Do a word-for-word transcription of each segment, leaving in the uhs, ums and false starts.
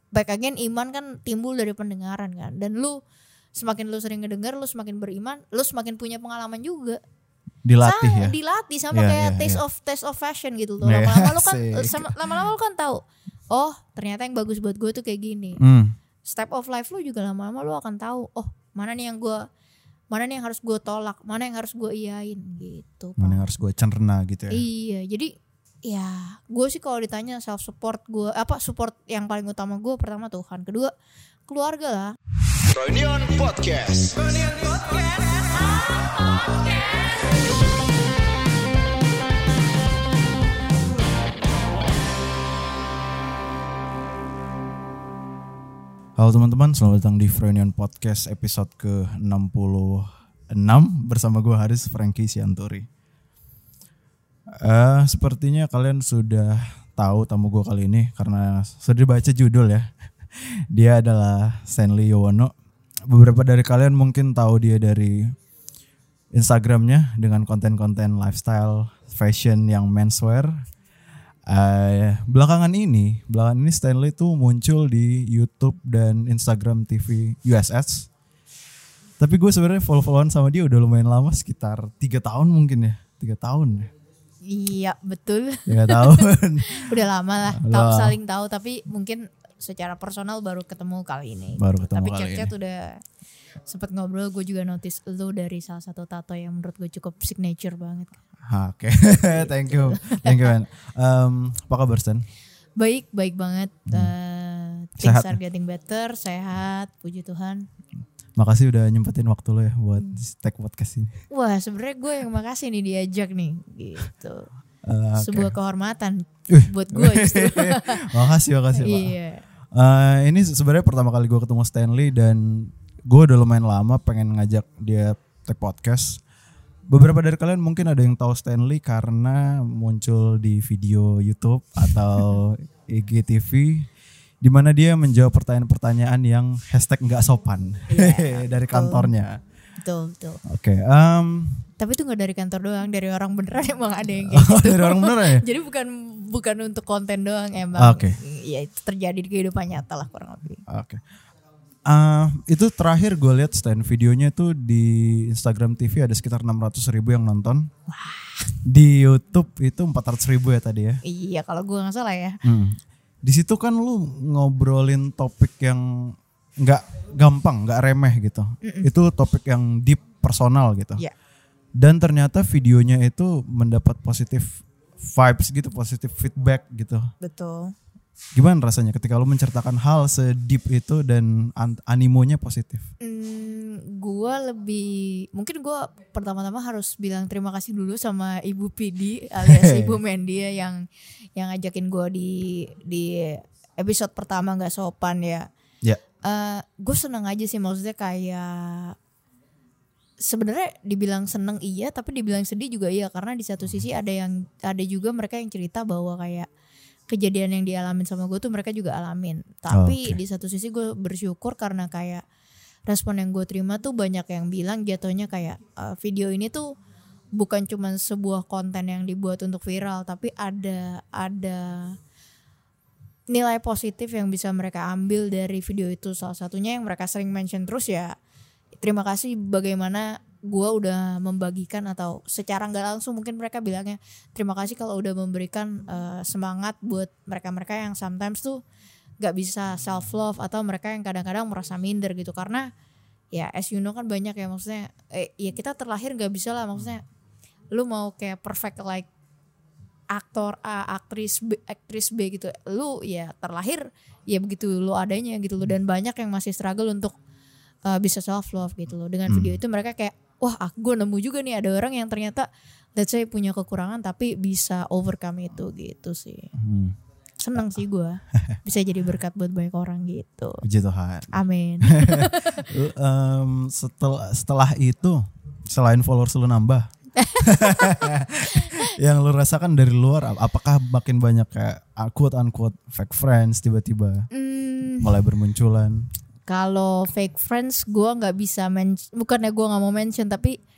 back again iman kan timbul dari pendengaran kan. Dan lu semakin lu sering ngedengar, lu semakin beriman, lu semakin punya pengalaman juga. Dilatih sama, ya. Dilatih sama yeah, kayak yeah, taste yeah. of taste of fashion gitu loh. Yeah, lama-lama lu kan asik. lama-lama lu kan tahu. Oh, ternyata yang bagus buat gue tuh kayak gini. Hmm. Step of life lu juga lama-lama lu akan tahu. Oh, mana nih yang gue mana nih yang harus gue tolak, mana yang harus gue iyain gitu. Mana yang harus gue cerna gitu ya. Iya, jadi ya gue sih kalau ditanya self support gue apa support yang paling utama gue pertama Tuhan, kedua keluarga lah. Reunion Podcast. Reunion Podcast. Halo teman-teman, selamat datang di Reunion Podcast episode ke enam puluh enam bersama gue Haris Franky Sianturi. Uh, sepertinya kalian sudah tahu tamu gue kali ini karena sudah dibaca judul ya. Dia adalah Stanley Yowono. Beberapa dari kalian mungkin tahu dia dari Instagramnya dengan konten-konten lifestyle, fashion yang menswear. Uh, belakangan ini, belakangan ini Stanley tuh muncul di YouTube dan Instagram T V U S S. Tapi gue sebenarnya follow-followan sama dia udah lumayan lama, sekitar tiga tahun mungkin ya, tiga tahun. Iya betul. Tiga tahun. Udah lama lah, tahu saling tahu tapi mungkin secara personal baru ketemu kali ini. Baru ketemu tapi kali ini. chat-chat udah sempet ngobrol, gue juga notice lu dari salah satu tato yang menurut gue cukup signature banget. Oke, okay. Thank you, thank you man. Um, apa kabar Stan? Baik, baik banget. Uh, things Sehat. are getting better, sehat, puji Tuhan. Makasih udah nyempetin waktu lo ya buat take podcast ini. Wah, sebenarnya gue yang makasih nih diajak nih, gitu. Uh, okay. Sebuah kehormatan uh. buat gue justru. makasih, makasih Pak. Iya. Uh, ini sebenarnya pertama kali gue ketemu Stanley dan gue udah lumayan lama pengen ngajak dia take podcast. Beberapa dari kalian mungkin ada yang tahu Stanley karena muncul di video YouTube atau I G T V di mana dia menjawab pertanyaan-pertanyaan yang hashtag nggak sopan yeah, dari kantornya. Betul, betul. Oke. Okay, um, Tapi itu nggak dari kantor doang, dari orang beneran emang ada yang kayak oh, gitu. Dari orang beneran ya? Jadi bukan bukan untuk konten doang emang. Oke. Okay. Ya itu terjadi di kehidupan nyata lah kurang lebih. Oke. Okay. Uh, itu terakhir gue lihat stand videonya tuh di Instagram T V ada sekitar enam ratus ribu yang nonton. Wah. Di YouTube itu empat ratus ribu ya tadi ya. Iya kalau gue nggak salah ya. Hmm. Di situ kan lu ngobrolin topik yang nggak gampang, nggak remeh gitu. Mm-mm. Itu topik yang deep, personal gitu. Yeah. Dan ternyata videonya itu mendapat positif vibes gitu, positif feedback gitu. Betul. Gimana rasanya ketika lu menceritakan hal sedeep itu dan animonya positif? Hmm, gue lebih mungkin gue pertama-tama harus bilang terima kasih dulu sama Ibu Pidi alias Ibu Mendia yang yang ngajakin gue di di episode pertama nggak sopan ya. Ya. Yeah. Uh, gue seneng aja sih, maksudnya kayak sebenarnya dibilang seneng iya tapi dibilang sedih juga iya, karena di satu sisi ada yang ada juga mereka yang cerita bahwa kayak kejadian yang dialamin sama gue tuh mereka juga alamin. Tapi oh, okay. Di satu sisi gue bersyukur karena kayak respon yang gue terima tuh banyak yang bilang jatuhnya kayak uh, video ini tuh bukan cuma sebuah konten yang dibuat untuk viral, tapi ada ada nilai positif yang bisa mereka ambil dari video itu. Salah satunya yang mereka sering mention terus ya, terima kasih bagaimana gue udah membagikan, atau secara nggak langsung mungkin mereka bilangnya terima kasih kalau udah memberikan uh, semangat buat mereka-mereka yang sometimes tuh nggak bisa self love atau mereka yang kadang-kadang merasa minder gitu. Karena ya as you know kan banyak ya, maksudnya eh, ya kita terlahir nggak bisa lah, maksudnya lu mau kayak perfect like aktor A, aktris B, aktris B gitu, lu ya terlahir ya begitu lu adanya gitu loh. Dan banyak yang masih struggle untuk uh, bisa self love gitu loh. Dengan video hmm. itu mereka kayak wah gue nemu juga nih ada orang yang ternyata let's say punya kekurangan tapi bisa overcome itu gitu sih. Hmm. Seneng sih gue bisa jadi berkat buat banyak orang gitu. Puji Tuhan. Amin. um, setelah setelah itu selain followers lu nambah, yang lu rasakan dari luar, apakah makin banyak kayak quote unquote fake friends tiba-tiba hmm. mulai bermunculan? Kalau fake friends gue nggak bisa mention, bukannya gue nggak mau mention, tapi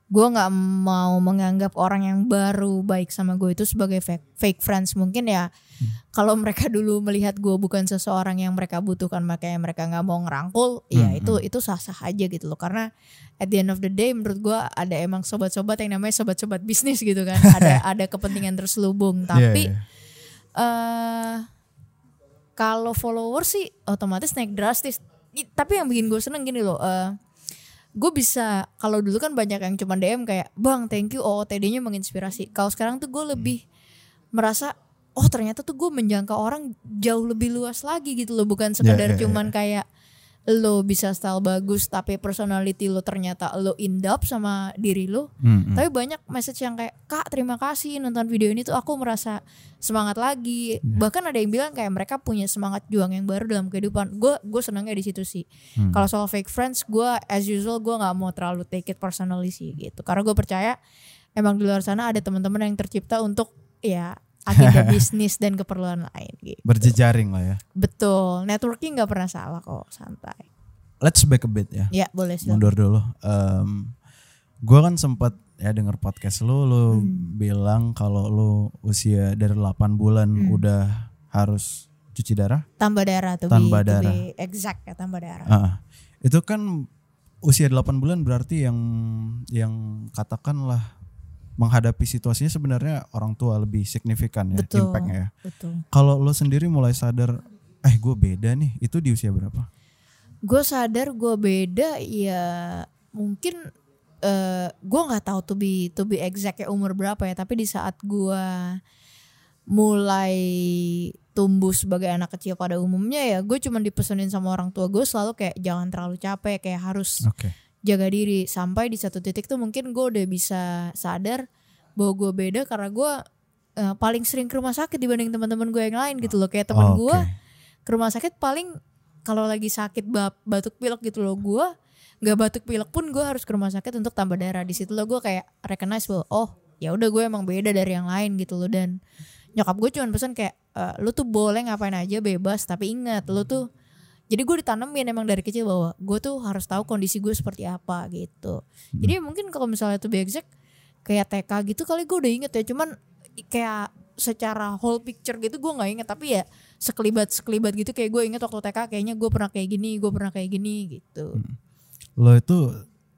gue nggak mau menganggap orang yang baru baik sama gue itu sebagai fake, fake friends. Mungkin ya hmm. kalau mereka dulu melihat gue bukan seseorang yang mereka butuhkan, makanya mereka nggak mau ngerangkul, hmm. ya itu hmm. itu sah-sah aja gitu loh. Karena at the end of the day menurut gue ada emang sobat-sobat yang namanya sobat-sobat bisnis gitu kan. ada ada kepentingan terselubung. Tapi yeah, yeah. Uh, kalau followers sih otomatis naik drastis. Tapi yang bikin gue seneng gini loh. Uh, gue bisa, kalau dulu kan banyak yang cuma D M kayak bang thank you O O T D-nya menginspirasi. Kalau sekarang tuh gue lebih merasa oh ternyata tuh gue menjangkau orang jauh lebih luas lagi gitu loh. Bukan sekedar yeah, yeah, cuman yeah. kayak lo bisa style bagus tapi personality lo ternyata lo in depth sama diri lo. Mm-hmm. Tapi banyak message yang kayak kak terima kasih nonton video ini tuh aku merasa semangat lagi. Yeah. Bahkan ada yang bilang kayak mereka punya semangat juang yang baru dalam kehidupan. Gue gue senangnya di situ sih. Mm. Kalau soal fake friends gue as usual gue nggak mau terlalu take it personally sih gitu. Karena gue percaya emang di luar sana ada teman-teman yang tercipta untuk ya agenda bisnis dan keperluan lain gitu. Berjejaring lah ya. Betul, networking nggak pernah salah kok, santai. Let's back a bit ya. Ya boleh sih. Mundur dulu. Um, gue kan sempat ya denger podcast lu, lu hmm. bilang kalau lu usia dari delapan bulan hmm. udah harus cuci darah. Tambah darah tuh. Tambah be, darah. Be exact ya tambah darah. Uh, itu kan usia delapan bulan berarti yang yang katakanlah menghadapi situasinya sebenarnya orang tua lebih signifikan ya, betul, impactnya ya. Betul. Kalau lo sendiri mulai sadar, eh gue beda nih, itu di usia berapa? Gue sadar gue beda ya mungkin uh, gue nggak tahu to be to be exact ya umur berapa ya, tapi di saat gue mulai tumbuh sebagai anak kecil pada umumnya ya gue cuma dipesenin sama orang tua gue selalu kayak jangan terlalu capek, kayak harus okay. jaga diri. Sampai di satu titik tuh mungkin gue udah bisa sadar bahwa gue beda karena gue uh, paling sering ke rumah sakit dibanding teman-teman gue yang lain gitu loh. Kayak teman oh, gue okay. ke rumah sakit paling kalau lagi sakit batuk pilek gitu loh, gue nggak batuk pilek pun gue harus ke rumah sakit untuk tambah darah. Di situ loh gue kayak recognize bahwa oh ya udah gue emang beda dari yang lain gitu loh. Dan nyokap gue cuma pesan kayak e, lu tuh boleh ngapain aja bebas tapi ingat lu tuh. Jadi gue ditanemin emang dari kecil bahwa gue tuh harus tahu kondisi gue seperti apa gitu. Hmm. Jadi mungkin kalau misalnya tuh be exact kayak T K gitu kali gue udah inget ya. Cuman kayak secara whole picture gitu gue gak inget. Tapi ya sekelibat-sekelibat gitu kayak gue inget waktu T K kayaknya gue pernah kayak gini, gue pernah kayak gini gitu. Hmm. Lo itu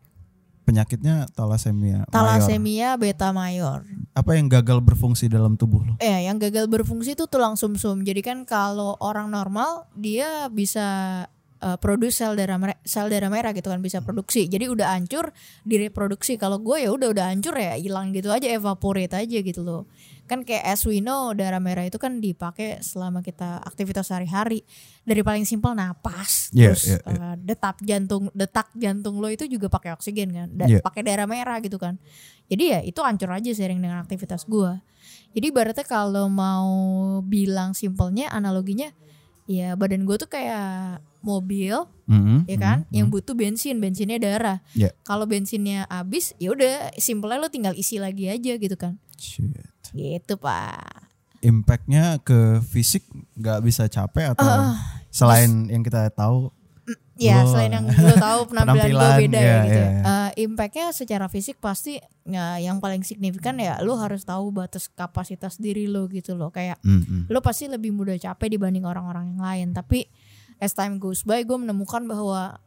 penyakitnya thalassemia Thalassemia mayor. Beta mayor. Apa yang gagal berfungsi dalam tubuh lo? Eh, yang gagal berfungsi itu tulang sumsum. Jadi kan kalau orang normal dia bisa uh, produce sel darah merah, sel darah merah gitu kan, bisa produksi. Jadi udah hancur direproduksi. Kalau gue ya udah udah hancur ya hilang gitu aja, evaporate aja gitu loh. Kan kayak as we know darah merah itu kan dipakai selama kita aktivitas sehari-hari. Dari paling simpel napas, yeah, terus yeah, yeah. Uh, detak jantung, detak jantung lo itu juga pakai oksigen kan, da- yeah. pakai darah merah gitu kan. Jadi ya itu hancur aja seiring dengan aktivitas gue. Jadi ibaratnya kalau mau bilang simpelnya analoginya, ya badan gue tuh kayak mobil, mm-hmm, ya kan, mm-hmm. yang butuh bensin, bensinnya darah. Yeah. Kalau bensinnya habis, ya udah simpelnya lo tinggal isi lagi aja gitu kan. Shit. Gitu pak. Impactnya ke fisik nggak bisa capek atau uh, selain mas, yang kita tahu? Ya lo, selain yang lo tahu penampilan, penampilan gue beda ya, ya gitu. Ya, ya. Uh, impactnya secara fisik pasti ya, yang paling signifikan ya lo harus tahu batas kapasitas diri lo gitu loh. Kayak mm-hmm. lo pasti lebih mudah capek dibanding orang-orang yang lain. Tapi as time goes by gue menemukan bahwa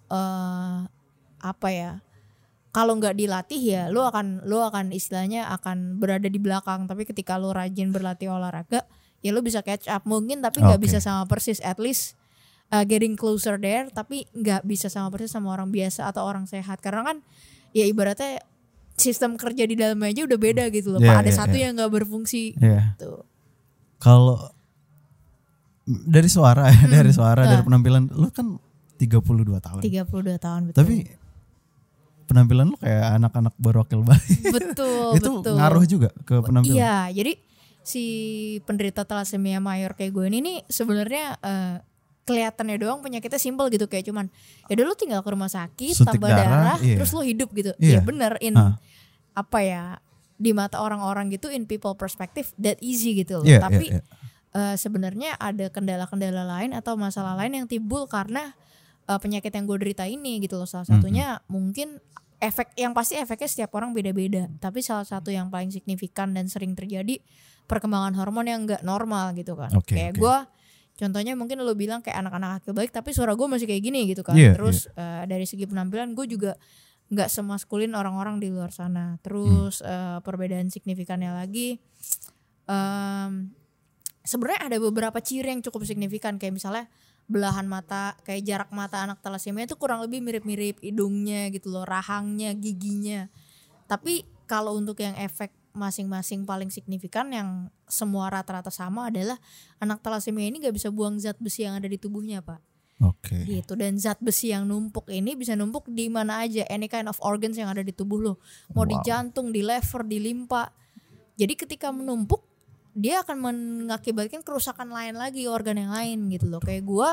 uh, apa ya? Kalau nggak dilatih ya lo akan lo akan istilahnya akan berada di belakang. Tapi ketika lo rajin berlatih olahraga ya lo bisa catch up mungkin, tapi nggak okay. bisa sama persis, at least uh, getting closer there. Tapi nggak bisa sama persis sama orang biasa atau orang sehat, karena kan ya ibaratnya sistem kerja di dalamnya aja udah beda gitu loh. Yeah, Pak ada yeah, satu yeah. yang nggak berfungsi. Yeah. Gitu. Kalau dari suara hmm. dari suara uh. dari penampilan lo kan tiga puluh dua tahun. tiga puluh dua tahun betul. Tapi penampilan lu kayak anak-anak berwakil bayi. Betul, itu betul. ngaruh juga ke penampilan. Iya, jadi si penderita thalassemia mayor kayak gue ini nih sebenarnya uh, kelihatannya doang penyakitnya simpel gitu, kayak cuman ya dulu tinggal ke rumah sakit, suntik tambah darah, darah iya. terus lu hidup gitu. Iya, ya bener in uh. apa ya di mata orang-orang gitu, in people perspective that easy gitu loh. Yeah, Tapi yeah, yeah. Uh, sebenarnya ada kendala-kendala lain atau masalah lain yang timbul karena uh, penyakit yang gue derita ini gitu loh. Salah satunya mm-hmm. mungkin efek yang pasti efeknya setiap orang beda-beda. Tapi salah satu yang paling signifikan dan sering terjadi perkembangan hormon yang nggak normal gitu kan. Okay, kayak okay. gue, contohnya mungkin lo bilang kayak anak-anak akil balik, tapi suara gue masih kayak gini gitu kan. Yeah, Terus yeah. Uh, dari segi penampilan gue juga nggak semaskulin orang-orang di luar sana. Terus hmm. uh, perbedaan signifikannya lagi, um, sebenarnya ada beberapa ciri yang cukup signifikan, kayak misalnya belahan mata, kayak jarak mata anak talasemia itu kurang lebih mirip-mirip hidungnya gitu loh, rahangnya, giginya. Tapi kalau untuk yang efek masing-masing paling signifikan yang semua rata-rata sama adalah anak talasemia ini gak bisa buang zat besi yang ada di tubuhnya, Pak. Oke. Okay. Gitu, dan zat besi yang numpuk ini bisa numpuk di mana aja, any kind of organs yang ada di tubuh lo. Mau wow. di jantung, di liver, di limpa. Jadi ketika menumpuk dia akan mengakibatkan kerusakan lain lagi, organ yang lain gitu loh. Kayak gue,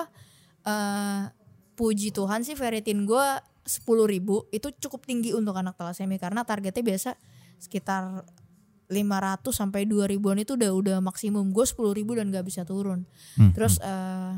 uh, puji Tuhan sih ferritin gue sepuluh ribu itu cukup tinggi untuk anak talasemia, karena targetnya biasa sekitar lima ratus sampai dua ribuan itu udah udah maksimum. Gue sepuluh ribu dan gak bisa turun. Hmm. Terus uh,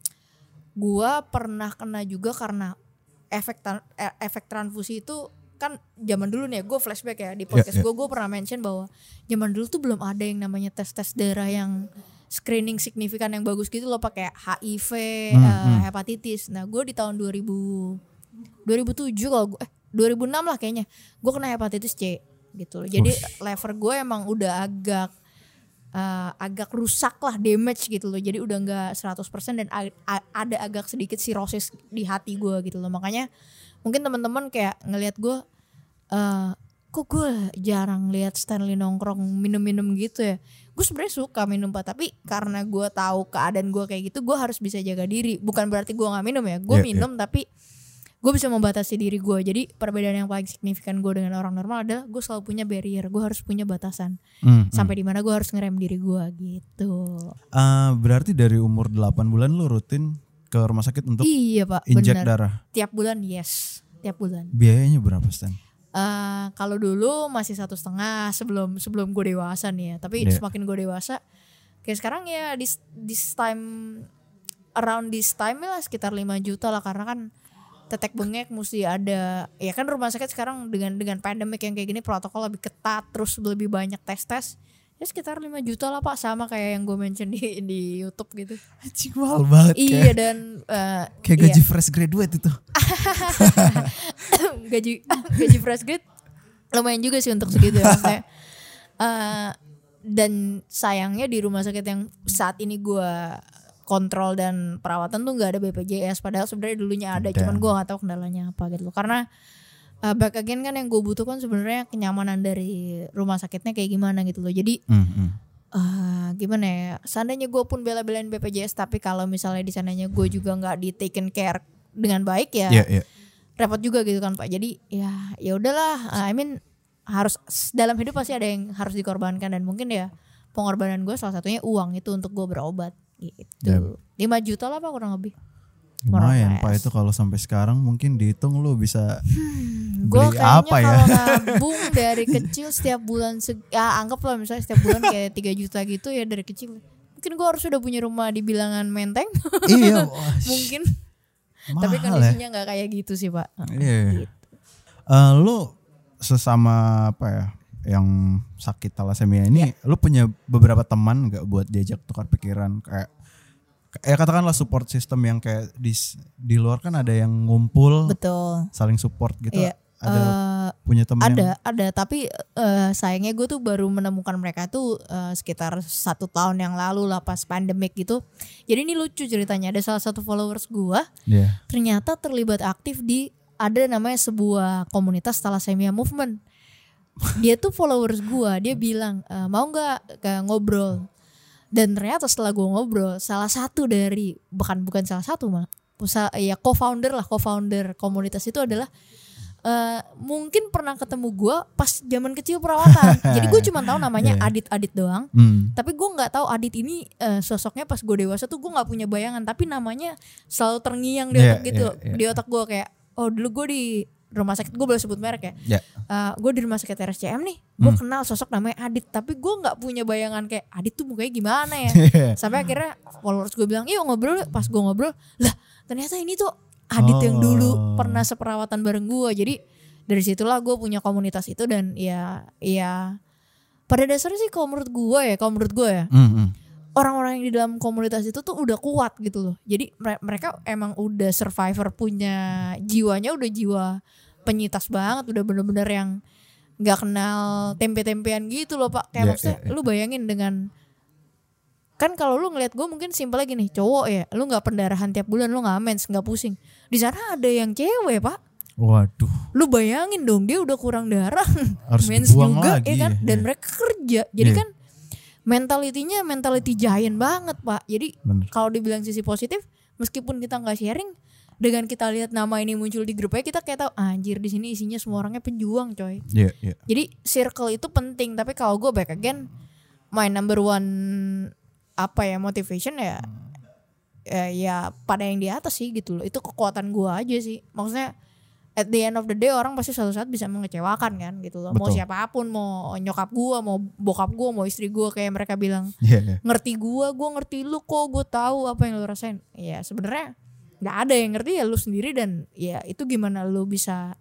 gue pernah kena juga karena efek tan- efek transfusi itu kan zaman dulu nih ya, gue flashback ya di podcast yeah, yeah. gue, gue pernah mention bahwa zaman dulu tuh belum ada yang namanya tes-tes darah yang screening signifikan yang bagus gitu loh, pakai H I V, hmm, uh, hmm. hepatitis. Nah gue di tahun dua ribu, dua ribu tujuh kalau gue, eh dua ribu enam lah kayaknya, gue kena hepatitis C gitu loh. Jadi Ush. liver gue emang udah agak uh, agak rusak lah, damage gitu loh. Jadi udah gak seratus persen dan a- a- ada agak sedikit cirrhosis di hati gue gitu loh. Makanya mungkin teman-teman kayak ngelihat gue, uh, kok gue jarang lihat Stanley nongkrong minum-minum gitu ya. Gue sebenarnya suka minum Pak, tapi karena gue tahu keadaan gue kayak gitu, gue harus bisa jaga diri. Bukan berarti gue nggak minum ya, gue yeah, minum yeah. tapi gue bisa membatasi diri gue. Jadi perbedaan yang paling signifikan gue dengan orang normal adalah gue selalu punya barrier, gue harus punya batasan. Mm, Sampai mm. di mana gue harus ngerem diri gue gitu. Uh, berarti dari umur delapan bulan lu rutin ke rumah sakit untuk iya, Pak, injek bener. darah? Tiap bulan yes, tiap bulan. Biayanya berapa Stan? Uh, kalau dulu masih satu setengah sebelum sebelum gue dewasa nih ya. Tapi yeah. semakin gue dewasa, kayak sekarang ya this, this time around this time lah sekitar lima juta lah, karena kan tetek bengek mesti ada. Ya kan rumah sakit sekarang dengan dengan pandemik yang kayak gini protokol lebih ketat, terus lebih banyak tes-tes. Ya sekitar lima juta lah Pak, sama kayak yang gue mention di di YouTube gitu. Anjing mahal banget. Iya kayak, dan uh, kayak gaji iya. fresh graduate itu. gaji gaji fresh grade lumayan juga sih untuk segitu ya maksudnya. Uh, dan sayangnya di rumah sakit yang saat ini gue kontrol dan perawatan tuh nggak ada B P J S, padahal sebenarnya dulunya ada. Damn. Cuman gue nggak tahu kendalanya apa gitu loh. Karena Uh, back again kan yang gue butuhkan sebenarnya kenyamanan dari rumah sakitnya kayak gimana gitu loh. Jadi mm-hmm. uh, gimana ya? Seandainya gue pun bela-belain B P J S, tapi kalau misalnya di sananya gue juga nggak di taken care dengan baik ya, yeah, yeah. repot juga gitu kan Pak. Jadi ya ya udahlah. Uh, I mean harus dalam hidup pasti ada yang harus dikorbankan, dan mungkin ya pengorbanan gue salah satunya uang itu untuk gue berobat gitu. Yeah. lima juta lah Pak kurang lebih. Lumayan Pak, itu kalau sampai sekarang mungkin dihitung lu bisa hmm, beli apa ya? Gue kayaknya kalau nabung dari kecil setiap bulan seg- ya anggap lah misalnya setiap bulan kayak tiga juta gitu ya dari kecil. Mungkin gue harus udah punya rumah di bilangan Menteng. Iya. Mungkin. Mahal, tapi kondisinya nggak ya? Kayak gitu sih Pak. Iya. Gitu. Uh, lu sesama apa ya yang sakit talasemia ini, yeah. lu punya beberapa teman nggak buat diajak tukar pikiran kayak ya katakanlah support system yang kayak di di luar kan ada yang ngumpul, betul, saling support gitu. Iya. Ada uh, punya teman ada yang... ada tapi uh, sayangnya gue tuh baru menemukan mereka tuh uh, sekitar satu tahun yang lalu lah pas pandemik gitu. Jadi ini lucu ceritanya, ada salah satu followers gue yeah. ternyata terlibat aktif di ada namanya sebuah komunitas thalassemia movement. Dia tuh followers gue, dia bilang e, mau nggak ngobrol. Dan ternyata setelah gue ngobrol, salah satu dari, bukan bukan salah satu malah, ya co-founder lah, co-founder komunitas itu adalah uh, mungkin pernah ketemu gue pas zaman kecil perawatan. Jadi gue cuma tahu namanya yeah. Adit-Adit doang. Hmm. Tapi gue nggak tahu Adit ini uh, sosoknya pas gue dewasa tuh gue nggak punya bayangan. Tapi namanya selalu terngiang di otak yeah, gitu, yeah, yeah. di otak gue kayak, oh dulu gue di rumah sakit, gue boleh sebut merek ya, yeah. uh, gue di rumah sakit R S C M nih, gue hmm. kenal sosok namanya Adit, tapi gue nggak punya bayangan kayak Adit tuh mukanya gimana ya. Sampai akhirnya followers gue bilang, yuk ngobrol. Pas gue ngobrol, lah ternyata ini tuh Adit oh. yang dulu pernah seperawatan bareng gue. Jadi dari situlah gue punya komunitas itu. Dan ya ya pada dasarnya sih kalau menurut gue ya kalau menurut gue ya Mm-hmm. orang-orang yang di dalam komunitas itu tuh udah kuat gitu loh. Jadi mereka emang udah survivor, punya jiwanya udah jiwa penyitas banget, udah bener-bener yang nggak kenal tempe-tempean gitu loh Pak. Kayak Yeah, maksudnya yeah, yeah. lu bayangin dengan, kan kalau lu ngeliat gue mungkin simpelnya gini, cowok ya, lu nggak pendarahan tiap bulan, lu nggak mens, nggak pusing. Di sana ada yang cewek Pak. Waduh. Lu bayangin dong, dia udah kurang darah, Harus mens dibuang juga lagi, ya kan, ya, dan ya. mereka kerja. Jadi Yeah. kan mentalitinya mentality giant banget Pak. Jadi Bener. kalau dibilang sisi positif, meskipun kita nggak sharing, dengan kita lihat nama ini muncul di grupnya, kita kayak tahu anjir di sini isinya semua orangnya pejuang coy. Iya, iya. Jadi circle itu penting. Tapi kalau gue back again, my number one apa ya motivation ya, ya, ya pada yang di atas sih gitu loh. Itu kekuatan gue aja sih. Maksudnya at the end of the day orang pasti suatu saat bisa mengecewakan kan gitu loh. Mau Betul. siapapun, mau nyokap gue, mau bokap gue, mau istri gue, kayak mereka bilang Iya, iya. ngerti gue, gue ngerti lu kok, gue tahu apa yang lu rasain. Ya sebenarnya nggak ada yang ngerti, ya lu sendiri. Dan ya itu gimana lu bisa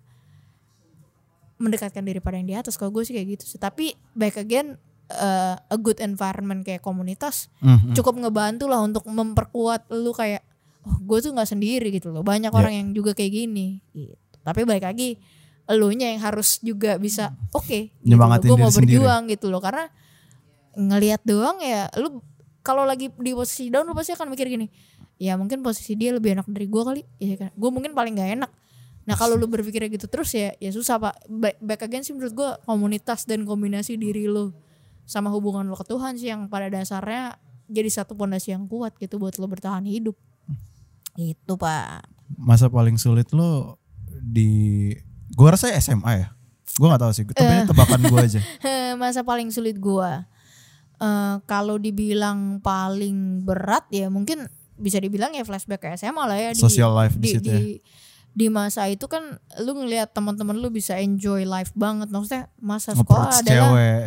mendekatkan diri pada yang di atas. Kalau gue sih kayak gitu sih. Tapi back again, uh, a good environment kayak komunitas Mhm. cukup ngebantu lah untuk memperkuat lu kayak, oh gue tuh nggak sendiri gitu loh. Banyak Yeah. orang yang juga kayak gini gitu. Tapi balik lagi, elunya yang harus juga bisa oke okay, gitu, Nyemangatin gue mau diri sendiri. berjuang gitu loh. Karena ngelihat doang ya, lu kalau lagi di posisi down lu pasti akan mikir gini, ya mungkin posisi dia lebih enak dari gue kali, ya kan? Gue mungkin paling gak enak. Nah kalau lu berpikirnya gitu terus ya, ya susah Pak. Back, back again sih menurut gue, komunitas dan kombinasi diri lu sama hubungan lu ke Tuhan sih yang pada dasarnya jadi satu pondasi yang kuat gitu buat lu bertahan hidup. Itu Pak. Masa paling sulit lo di, gua rasa S M A ya. Gua nggak tahu sih. Tapi ini tebakan gua aja. Masa paling sulit gue, uh, kalau dibilang paling berat ya mungkin bisa dibilang ya flashback ke S M A lah ya. Di, Social life di di, situ di, ya. di masa itu kan lu ngelihat teman-teman lu bisa enjoy life banget. Maksudnya masa sekolah Nge-approach adalah cewek.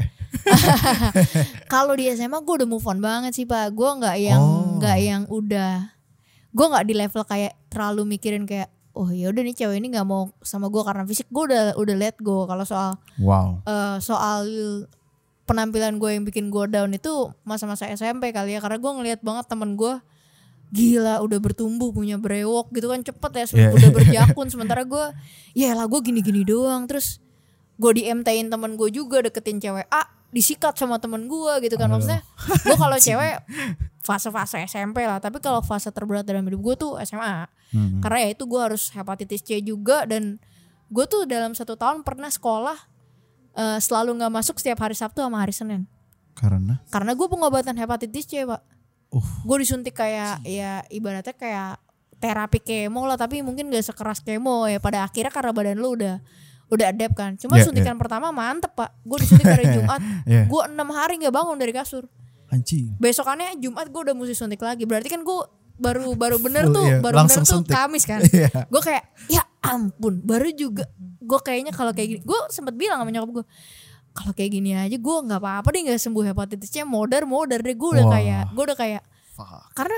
kalau di S M A gue udah move on banget sih Pak. Gue nggak yang Oh. nggak yang udah, gue nggak di level kayak terlalu mikirin kayak, oh ya udah nih cewek ini nggak mau sama gue karena fisik. Gue udah udah let go. Kalau soal Wow. uh, soal penampilan gue yang bikin gue down itu masa-masa S M P kali ya. Karena gue ngelihat banget temen gue gila udah bertumbuh, punya brewok gitu kan, cepet ya, Yeah. udah berjakun. Sementara gue ya lah gue gini-gini doang. Terus gue di M T-in temen gue juga, deketin cewek A, disikat sama temen gue gitu kan. Maksudnya gue kalau cewek fase-fase S M P lah, tapi kalau fase terberat dalam hidup gue tuh S M A. Hmm. Karena ya itu gue harus hepatitis C juga. Dan gue tuh dalam satu tahun pernah sekolah uh, selalu gak masuk setiap hari Sabtu sama hari Senin. Karena Karena gue pengobatan hepatitis C Pak. Uh. Gue disuntik kayak ya ibaratnya kayak terapi kemo lah, tapi mungkin gak sekeras kemo ya. Pada akhirnya karena badan lu udah udah adapt kan. Cuma Yeah, suntikan pertama mantep Pak. Gue disuntik hari Jumat. Yeah. Gue enam hari gak bangun dari kasur. anjing. Besokannya Jumat gue udah mesti suntik lagi. Berarti kan gue baru baru bener Full, tuh, iya. baru bener Langsung tuh suntik. Kamis kan. Iya. Gue kayak ya ampun, baru juga gue kayaknya kalau kayak gini, gue sempet bilang sama nyokap gue, kalau kayak gini aja gue nggak apa-apa deh nggak sembuh hepatitisnya, modar modar deh. Gue udah Wah. kayak gue udah kayak Fuck. karena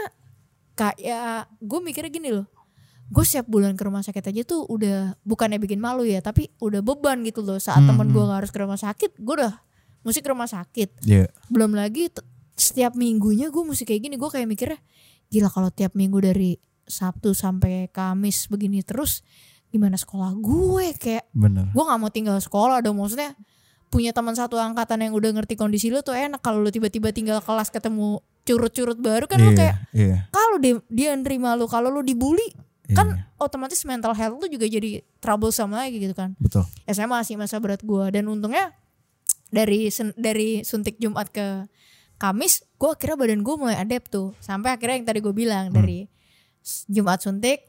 kayak gue mikirnya gini loh, gue setiap bulan ke rumah sakit aja tuh udah bukannya bikin malu ya, tapi udah beban gitu loh. Saat Hmm, temen gue hmm. nggak harus ke rumah sakit, gue udah mesti ke rumah sakit. Iya. Belum lagi t- setiap minggunya gue mesti kayak gini. Gue kayak mikirnya gila kalau tiap minggu dari Sabtu sampai Kamis begini terus, gimana sekolah gue? Kayak Bener. gue nggak mau tinggal sekolah dong. Maksudnya punya teman satu angkatan yang udah ngerti kondisi lu tuh enak. Kalau lu tiba-tiba tinggal kelas ketemu curut-curut baru kan, lu Iya, kayak iya. kalau dia, dia nerima lu, kalau lu dibully kan Iya. otomatis mental health lu juga jadi troublesome lagi gitu kan. Betul. S M A sih masa berat gue. Dan untungnya dari sen- dari suntik Jumat ke Kamis, gue akhirnya badan gue mulai adapt tuh. Sampai akhirnya yang tadi gue bilang, Hmm. dari Jumat suntik,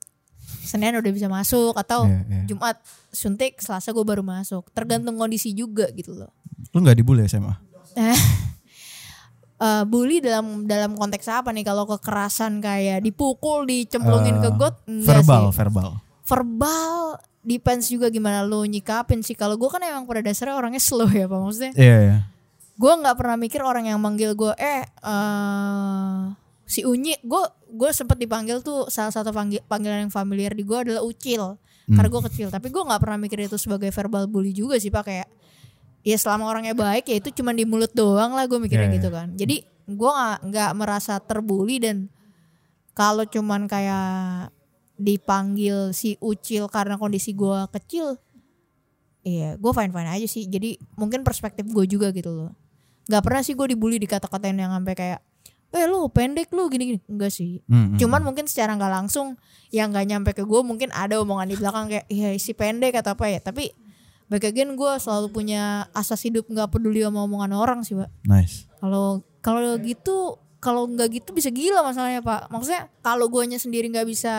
Senin udah bisa masuk. Atau Iya, iya. Jumat suntik, Selasa gue baru masuk. Tergantung kondisi juga gitu loh. Lu nggak dibully S M A? Uh, bully dalam dalam konteks apa nih? Kalau kekerasan kayak dipukul, dicemplungin Eh, ke got, enggak verbal, sih. verbal. Verbal depends juga gimana lo nyikapin sih. Kalau gue kan emang pada dasarnya orangnya slow ya Pak. Maksudnya Iya, iya. gue nggak pernah mikir orang yang manggil gue eh uh, si Unyi. Gue gue sempet dipanggil tuh, salah satu panggil, panggilan yang familiar di gue adalah Ucil. Hmm. karena gue kecil. Tapi gue nggak pernah mikir itu sebagai verbal bully juga sih Pak. Kayak ya selama orangnya baik ya itu cuma di mulut doang lah gue mikirnya Yeah, gitu kan. Jadi gue nggak nggak merasa terbully. Dan kalau cuman kayak dipanggil si Ucil karena kondisi gue kecil, iya gue fine fine aja sih. Jadi mungkin perspektif gue juga gitu loh. Nggak pernah sih gue dibully, dikata-katain yang sampai kayak eh lu pendek lu gini-gini. Enggak sih. Hmm, Cuman hmm. mungkin secara nggak langsung yang nggak nyampe ke gue, mungkin ada omongan di belakang kayak iya si pendek atau apa ya. Tapi back again gue selalu punya asas hidup nggak peduli sama omongan orang sih Pak. Nice. Kalau kalau gitu, kalau nggak gitu bisa gila masalahnya Pak. Maksudnya kalau guanya sendiri nggak bisa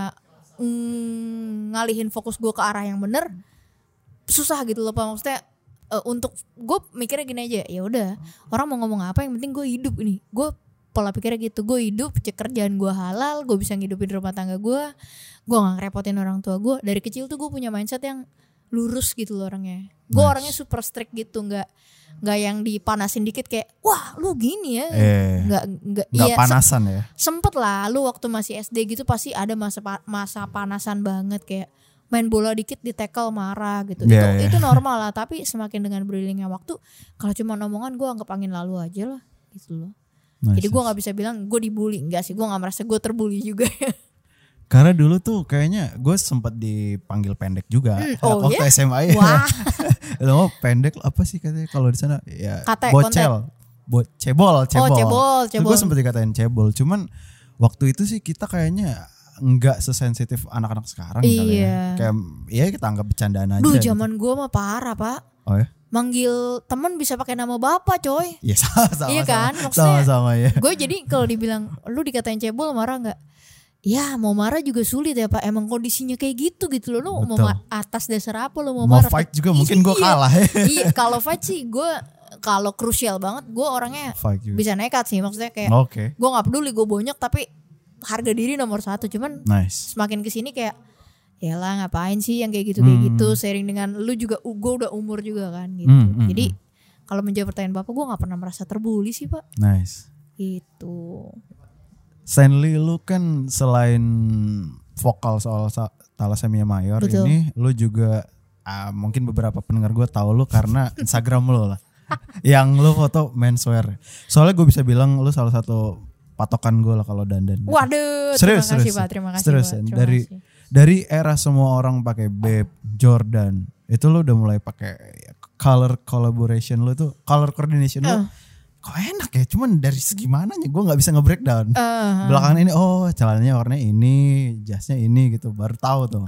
mm, ngalihin fokus gue ke arah yang bener, susah gitu loh Pak. Maksudnya uh, untuk gue mikirnya gini aja, ya udah orang mau ngomong apa yang penting gue hidup ini. Gue pola pikirnya gitu, gue hidup, kerjaan gue halal, gue bisa ngidupin rumah tangga gue, gue nggak ngerepotin orang tua gue. Dari kecil tuh gue punya mindset yang lurus gitu loh orangnya. Gue Nice. orangnya super strict gitu, nggak nggak yang dipanasin dikit kayak wah lu gini ya, Eh, nggak nggak Nggak iya, panasan ya. se- sempet lah lu waktu masih S D gitu pasti ada masa pa- masa panasan banget kayak main bola dikit di tackle marah gitu. Yeah, itu yeah. itu normal lah. Tapi semakin dengan berlilingnya waktu, kalau cuma omongan gue anggap angin lalu aja lah gitu loh. Nice, Jadi gue nice. nggak bisa bilang gue dibully, enggak sih, gue nggak merasa gue terbully juga. Karena dulu tuh kayaknya gue sempat dipanggil pendek juga. Hmm, oh Waktu ya? S M A ya. Wah. Lo pendek apa sih katanya kalau di sana? Ya Kate, bocel. Bo cebol, cebol. Oh cebol, cebol. Gue sempat dikatain cebol. Cuman waktu itu sih kita kayaknya nggak sesensitif anak-anak sekarang kali ya. Iya. Kayak ya kita anggap bercandaan aja. Duh gitu. zaman gue mah parah Pak. Oh ya? Manggil temen bisa pakai nama bapak coy. Iya sama-sama. Iya kan? Maksudnya Sama-sama ya. gue jadi kalau dibilang lu dikatain cebol marah nggak? Ya mau marah juga sulit ya Pak. Emang kondisinya kayak gitu gitu loh. Lu mau Betul. ma- atas dasar apa lu mau, Mau marah? fight juga mungkin gue Iya. kalah ya. Iya kalau fight sih gue kalau krusial banget gue orangnya Fight juga. bisa nekat sih. Maksudnya kayak Oke. gue nggak peduli gue bonyok tapi harga diri nomor satu. Cuman Nice. semakin kesini kayak yalah ngapain sih yang kayak gitu kayak Hmm. gitu. Sharing dengan lu juga gue udah umur juga kan gitu. Hmm, hmm, Jadi kalau menjawab pertanyaan bapak gue nggak pernah merasa terbully sih Pak. Nice. Gitu. Stanley, lu kan selain vokal soal sa- thalassemia mayor Betul. ini, lu juga ah, mungkin beberapa pendengar gue tahu lu karena Instagram lu lah, yang lu foto menswear. Soalnya gue bisa bilang lu salah satu patokan gue lah kalau dandan. Waduh, Serius, terima kasih serius. Pak, terima kasih Serius, Pak. Sen. Terima dari kasih. dari era semua orang pakai Babe, Jordan, itu lu udah mulai pakai color collaboration lu tuh, color coordination lu. Uh. Kok enak ya, cuman dari segi mananya gue nggak bisa nge-breakdown. Uh, Belakangan ini oh celananya warnanya ini, jasnya ini gitu, baru tahu tuh.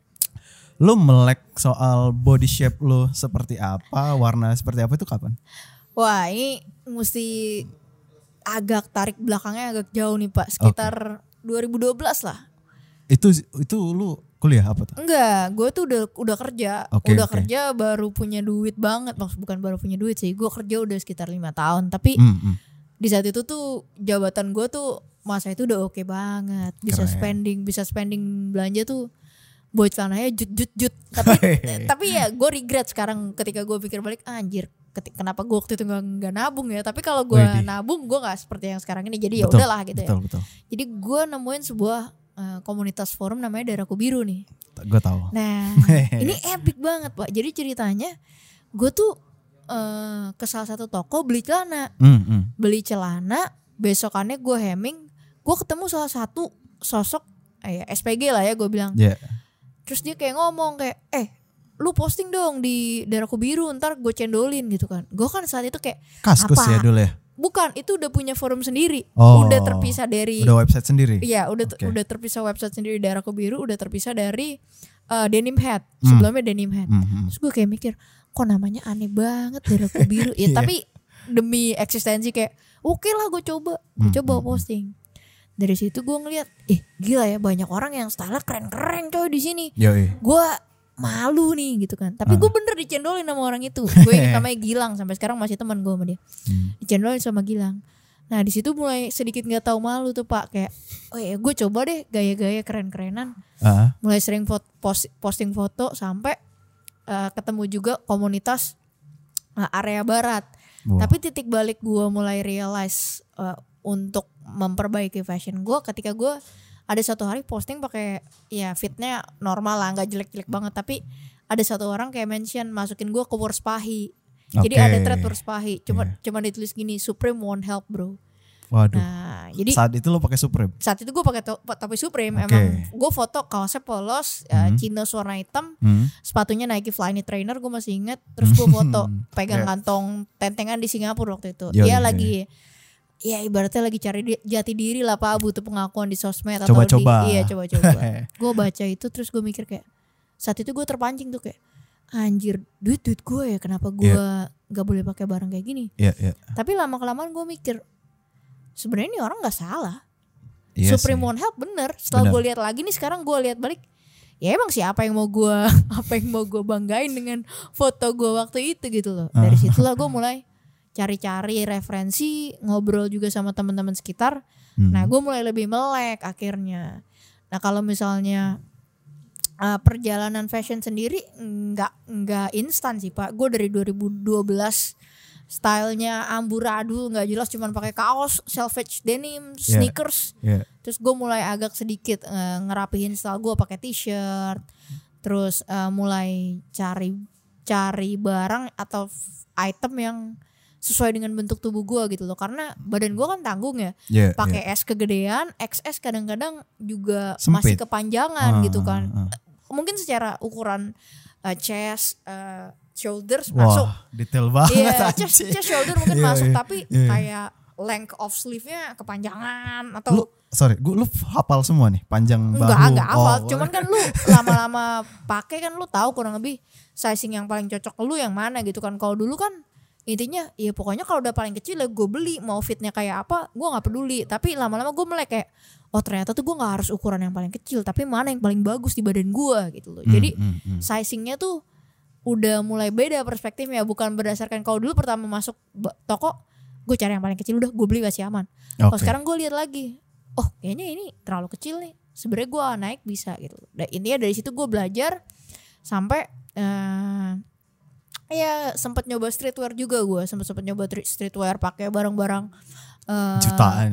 Lu melek soal body shape lu seperti apa, warna seperti apa itu kapan? Wah ini mesti agak tarik belakangnya agak jauh nih Pak. Sekitar dua ribu dua belas lah. Itu itu lu kuliah apa tuh? Enggak, gue tuh udah udah kerja, Oke, udah oke. kerja baru punya duit banget, maksud bukan baru punya duit sih, gue kerja udah sekitar lima tahun, tapi Hmm, hmm. di saat itu tuh jabatan gue tuh masa itu udah oke banget, bisa Keren. spending, bisa spending belanja tuh, buat celananya jut jut jut, tapi tapi ya gue regret sekarang ketika gue pikir balik, anjir, ketik, kenapa gue waktu itu nggak nggak nabung ya, tapi kalau gue Widih. nabung gue nggak seperti yang sekarang ini, jadi ya Betul, udahlah gitu betul, ya. betul. Jadi gue nemuin sebuah uh, komunitas forum namanya Darahku Biru nih. Gue tahu. Nah, ini epic banget Pak. Jadi ceritanya gue tuh uh, ke salah satu toko beli celana, Hmm, hmm. beli celana. Besokannya gue hemming, gue ketemu salah satu sosok, eh, S P G lah ya gue bilang. Ya. Terus dia kayak ngomong kayak, eh, lu posting dong di Darahku Biru, ntar gue cendolin gitu kan. Gue kan saat itu kayak, Kaskus apa? ya dulu ya. Bukan, itu udah punya forum sendiri, Oh, udah terpisah dari. Udah website sendiri. Iya, udah Oke. udah terpisah website sendiri Darahku Biru, udah terpisah dari uh, Denim Head. Hmm. Sebelumnya Denim Head. Hmm, hmm. Terus gue kayak mikir, kok namanya aneh banget Darahku Biru. Ya Iya. tapi demi eksistensi kayak, oke lah gue coba, gue Hmm, coba hmm, posting. Dari situ gue ngeliat, ih gila ya banyak orang yang style keren-keren coy di sini. Yoi. Gue malu nih gitu kan. Tapi Ah. gue bener dicendolin sama orang itu. Gue ingat namanya Gilang, sampai sekarang masih teman gue sama dia. Hmm. Dicendolin sama Gilang. Nah di situ mulai sedikit nggak tahu malu tuh Pak, kayak oh ya gue coba deh gaya-gaya keren-kerenan, Ah, mulai sering fot- post- posting foto sampai uh, ketemu juga komunitas uh, area barat. wow. Tapi titik balik gue mulai realize uh, untuk memperbaiki fashion gue ketika gue ada satu hari posting pakai ya fitnya normal lah, nggak jelek-jelek banget, tapi ada satu orang kayak mention masukin gue ke Worst Pahi. Jadi Oke. ada thread Worst Pahi, cuma Yeah. cuma ditulis gini, Supreme won't help bro. Waduh. Nah, jadi Saat itu lo pakai Supreme. saat itu gue pakai to- topi Supreme. Oke. Emang gue foto kaosnya polos, uh, chinos warna hitam, Hmm. sepatunya Nike Flyknit Trainer, gue masih inget. Terus gue foto pegang Yeah. kantong tentengan di Singapura waktu itu. Yo, Dia iya, lagi ya ibaratnya lagi cari di- jati diri lah Pak, butuh pengakuan di sosmed atau Coba-coba. di iya coba-coba. Gue baca itu terus gue mikir kayak saat itu gue terpancing tuh kayak anjir, duit duit gue ya, kenapa gue nggak boleh pakai barang kayak gini. Iya, iya. Tapi lama kelamaan gue mikir sebenarnya ini orang nggak salah. Iya Supreme sih. won't help bener. Setelah Bener. gue lihat lagi nih sekarang gue lihat balik, ya emang siapa yang mau gue apa yang mau gue banggain dengan foto gue waktu itu gitu loh. Dari Ah. situlah gue mulai cari-cari referensi, ngobrol juga sama teman-teman sekitar. Hmm. Nah gue mulai lebih melek akhirnya. Nah kalau misalnya uh, perjalanan fashion sendiri nggak nggak instan sih Pak. Gue dari dua ribu dua belas stylenya amburadul, nggak jelas, cuman pakai kaos, selvedge denim, sneakers. Iya. Terus gue mulai agak sedikit uh, ngerapihin style gue pakai t-shirt. Terus uh, mulai cari cari barang atau f- item yang sesuai dengan bentuk tubuh gue gitu loh, karena badan gue kan tanggung ya. Iya, Pakai iya. S kegedean, X S kadang-kadang juga Sempit. masih kepanjangan Ah, gitu kan. ah, ah. Mungkin secara ukuran uh, chest, uh, shoulders masuk. Wah, detail banget. Iya, chest, anjing. chest shoulder mungkin Iya, masuk, iya, tapi iya. kayak length of sleeve-nya kepanjangan Lu atau sorry, gua lu hafal semua nih, panjang bahu. enggak enggak hafal. Oh, Cuman kan lu lama-lama pakai kan lu tahu kurang lebih sizing yang paling cocok ke lu yang mana gitu kan. Kalau dulu kan intinya ya pokoknya kalau udah paling kecil ya gue beli, mau fitnya kayak apa gue nggak peduli. Tapi lama-lama gue melek kayak oh ternyata tuh gue nggak harus ukuran yang paling kecil, tapi mana yang paling bagus di badan gue gitu loh. Hmm, Jadi hmm, hmm. sizingnya tuh udah mulai beda perspektifnya, bukan berdasarkan kalau dulu pertama masuk ba- toko gue cari yang paling kecil udah gue beli masih aman. Kalau Oke. sekarang gue lihat lagi, oh kayaknya ini terlalu kecil nih, sebenarnya gue naik bisa gitu. Dan intinya dari situ gue belajar sampai eh ya sempat nyoba streetwear juga, gue sempat sempat nyoba tri- streetwear pakai barang-barang eh, Jutaan.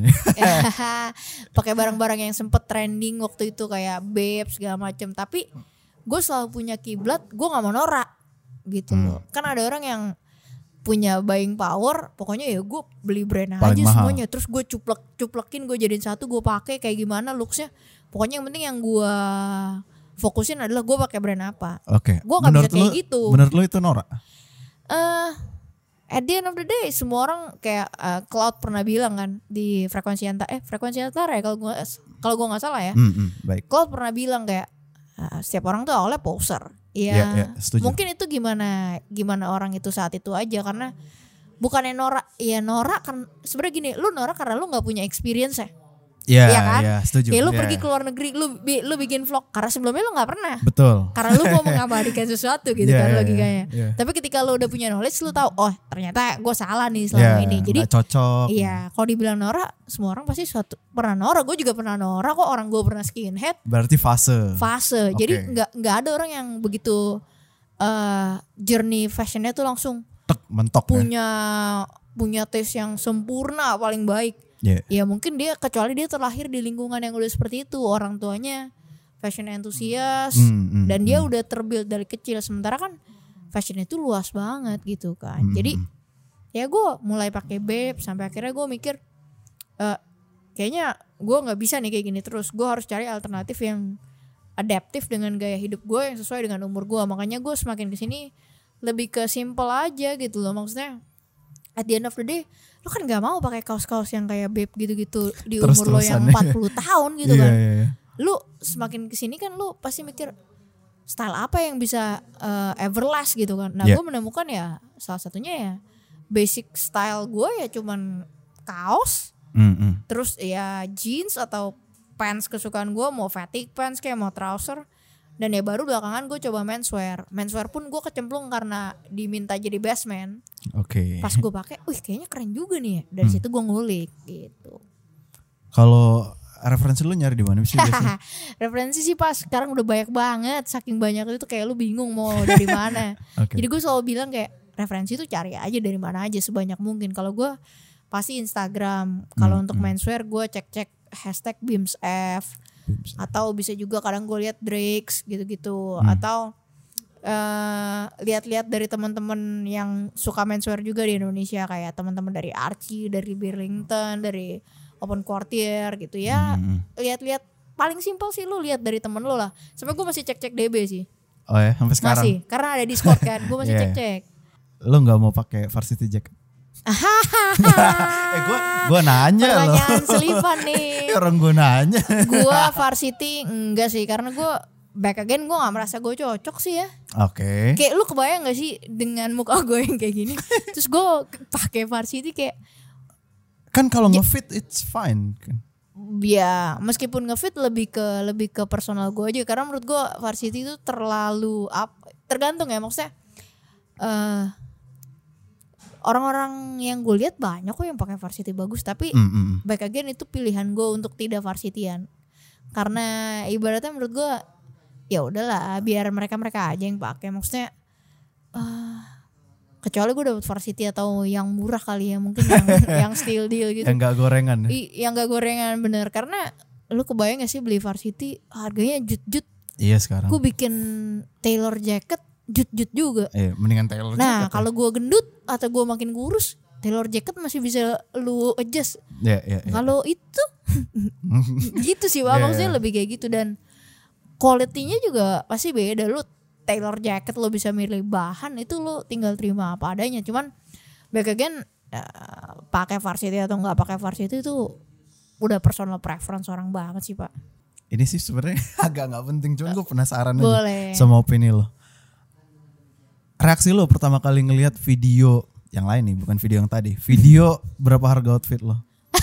pakai barang-barang yang sempet trending waktu itu kayak Babe segala macam. Tapi gue selalu punya kiblat, gue nggak mau norak gitu loh. Kan ada orang yang punya buying power, pokoknya ya gue beli brand Paling aja mahal. semuanya. Terus gue cuplek cuplekin, gue jadiin satu, gue pakai kayak gimana looksnya. Pokoknya yang penting yang gue fokusin adalah gue pakai brand apa. Oke. Gua nggak Menurut bisa kayak lu- gitu. Menurut lu itu norak? Eh, at the end of the day semua orang kayak eh, Cloud pernah bilang kan di frekuensi antara eh frekuensi antara ya kalau gue kalau gue nggak salah ya. Hmm, hmm, baik. Cloud pernah bilang kayak ah, setiap orang tuh awalnya poser. Iya. Iya, iya, setuju. Mungkin itu gimana gimana orang itu saat itu aja, karena bukannya norak, ya norak kan sebenarnya gini, lu norak karena lu nggak punya experience ya. Iya, Iya kan? iya, setuju. Kayak lu Iya. pergi ke luar negeri, lu bi- lu bikin vlog karena sebelumnya lu nggak pernah. Betul. Karena lu mau mengabadikan sesuatu gitu Iya, kan iya, logikanya. iya. Tapi ketika lu udah punya knowledge, lu tahu oh ternyata gue salah nih selama Iya, ini. Jadi nggak cocok. iya, kalau dibilang norak, semua orang pasti suatu pernah norak. Gue juga pernah norak kok, orang gue pernah skinhead Berarti fase. fase. Oke. Jadi nggak nggak ada orang yang begitu eh journey fashionnya tuh langsung Tek, mentok ya. punya punya taste yang sempurna paling baik. Iya. Ya mungkin dia kecuali dia terlahir di lingkungan yang udah seperti itu, orang tuanya fashion enthusiast Hmm, hmm, dan dia hmm. udah terbuild dari kecil. Sementara kan fashion itu luas banget gitu kan. Hmm, Jadi hmm. ya gue mulai pakai Babe sampai akhirnya gue mikir eh kayaknya gue nggak bisa nih kayak gini terus. Gue harus cari alternatif yang adaptif dengan gaya hidup gue yang sesuai dengan umur gue. Makanya gue semakin kesini lebih ke simple aja gitu loh. Maksudnya at the end of the day lo kan gak mau pakai kaos-kaos yang kayak Babe gitu-gitu di umur lo yang Terus-terusan. empat puluh tahun gitu Iya, kan. iya, iya. Lu semakin kesini kan lu pasti mikir style apa yang bisa uh, everlast gitu kan. Nah Yeah. gue menemukan ya salah satunya ya basic style gue ya cuman kaos, Hmm, hmm. terus ya jeans atau pants kesukaan gue, mau fatigue pants kayak mau trouser. Dan ya baru belakangan gue coba menswear. Menswear pun gue kecemplung karena diminta jadi best man. Oke. Pas gue pakai, wih kayaknya keren juga nih ya. Dari Hmm. situ gue ngulik gitu. Kalau referensi lu nyari di mana sih biasanya? Referensi sih pas sekarang udah banyak banget, saking banyak itu kayak lu bingung mau dari mana. Oke. Jadi gue selalu bilang kayak referensi itu cari aja dari mana aja sebanyak mungkin. Kalau gue pasti Instagram. Kalau Hmm, untuk hmm. menswear gue cek-cek hashtag Beams F. Bims. Atau bisa juga kadang gue lihat Drake gitu-gitu. Hmm. Atau uh, lihat-lihat dari teman-teman yang suka menswear juga di Indonesia, kayak teman-teman dari Archie, dari Burlington, dari Open Quartier gitu ya. Hmm. Lihat-lihat paling simpel sih lu lihat dari temen lu lah. Sampai gue masih cek-cek D B sih. Oh ya, sampai sekarang. Masih, karena ada Discord kan. Gue masih Iya. cek-cek. Lu nggak mau pakai varsity jacket? eh gue gue nanya loh. Pertanyaan selipan nih. Orang gue nanya. Gue varsity enggak sih, karena gue back again gue nggak merasa gue cocok sih ya. Oke. Kayak lu kebayang gak sih dengan muka gue yang kayak gini, terus gue pakai varsity kayak Kan kalau ngefit it's fine kan. ya meskipun ngefit lebih ke lebih ke personal gue aja, karena menurut gue varsity itu terlalu up, tergantung ya maksudnya. eh Orang-orang yang gue lihat banyak kok yang pakai varsity bagus, tapi Mm, mm. back again itu pilihan gue untuk tidak varsityan. Karena ibaratnya menurut gue ya udahlah biar mereka-mereka aja yang pakai. Maksudnya uh, kecuali gue dapet varsity atau yang murah kali ya, mungkin yang yang steel deal gitu. Yang gak gorengan ya? I, yang gak gorengan bener. Karena lu kebayang gak sih beli varsity harganya jut-jut. Iya sekarang. Gue bikin tailor jacket jut-jut juga. Iya, mendingan tailor Nah jacket kalau gue gendut atau gue makin kurus, tailor jacket masih bisa lu adjust. ya. Iya, iya, iya. Kalau itu gitu sih Pak, Yeah. maksudnya lebih kayak gitu. Dan quality-nya juga pasti beda. Lu tailor jacket lo bisa milih bahan, itu lo tinggal terima apa adanya. Cuman back again uh, pakai varsity atau nggak pakai varsity itu udah personal preference orang banget sih Pak. Ini sih sebenarnya agak nggak penting, cuman gue penasaran Boleh. aja sama opini lo. Reaksi lo pertama kali ngelihat video yang lain nih, bukan video yang tadi. Video berapa harga outfit lo?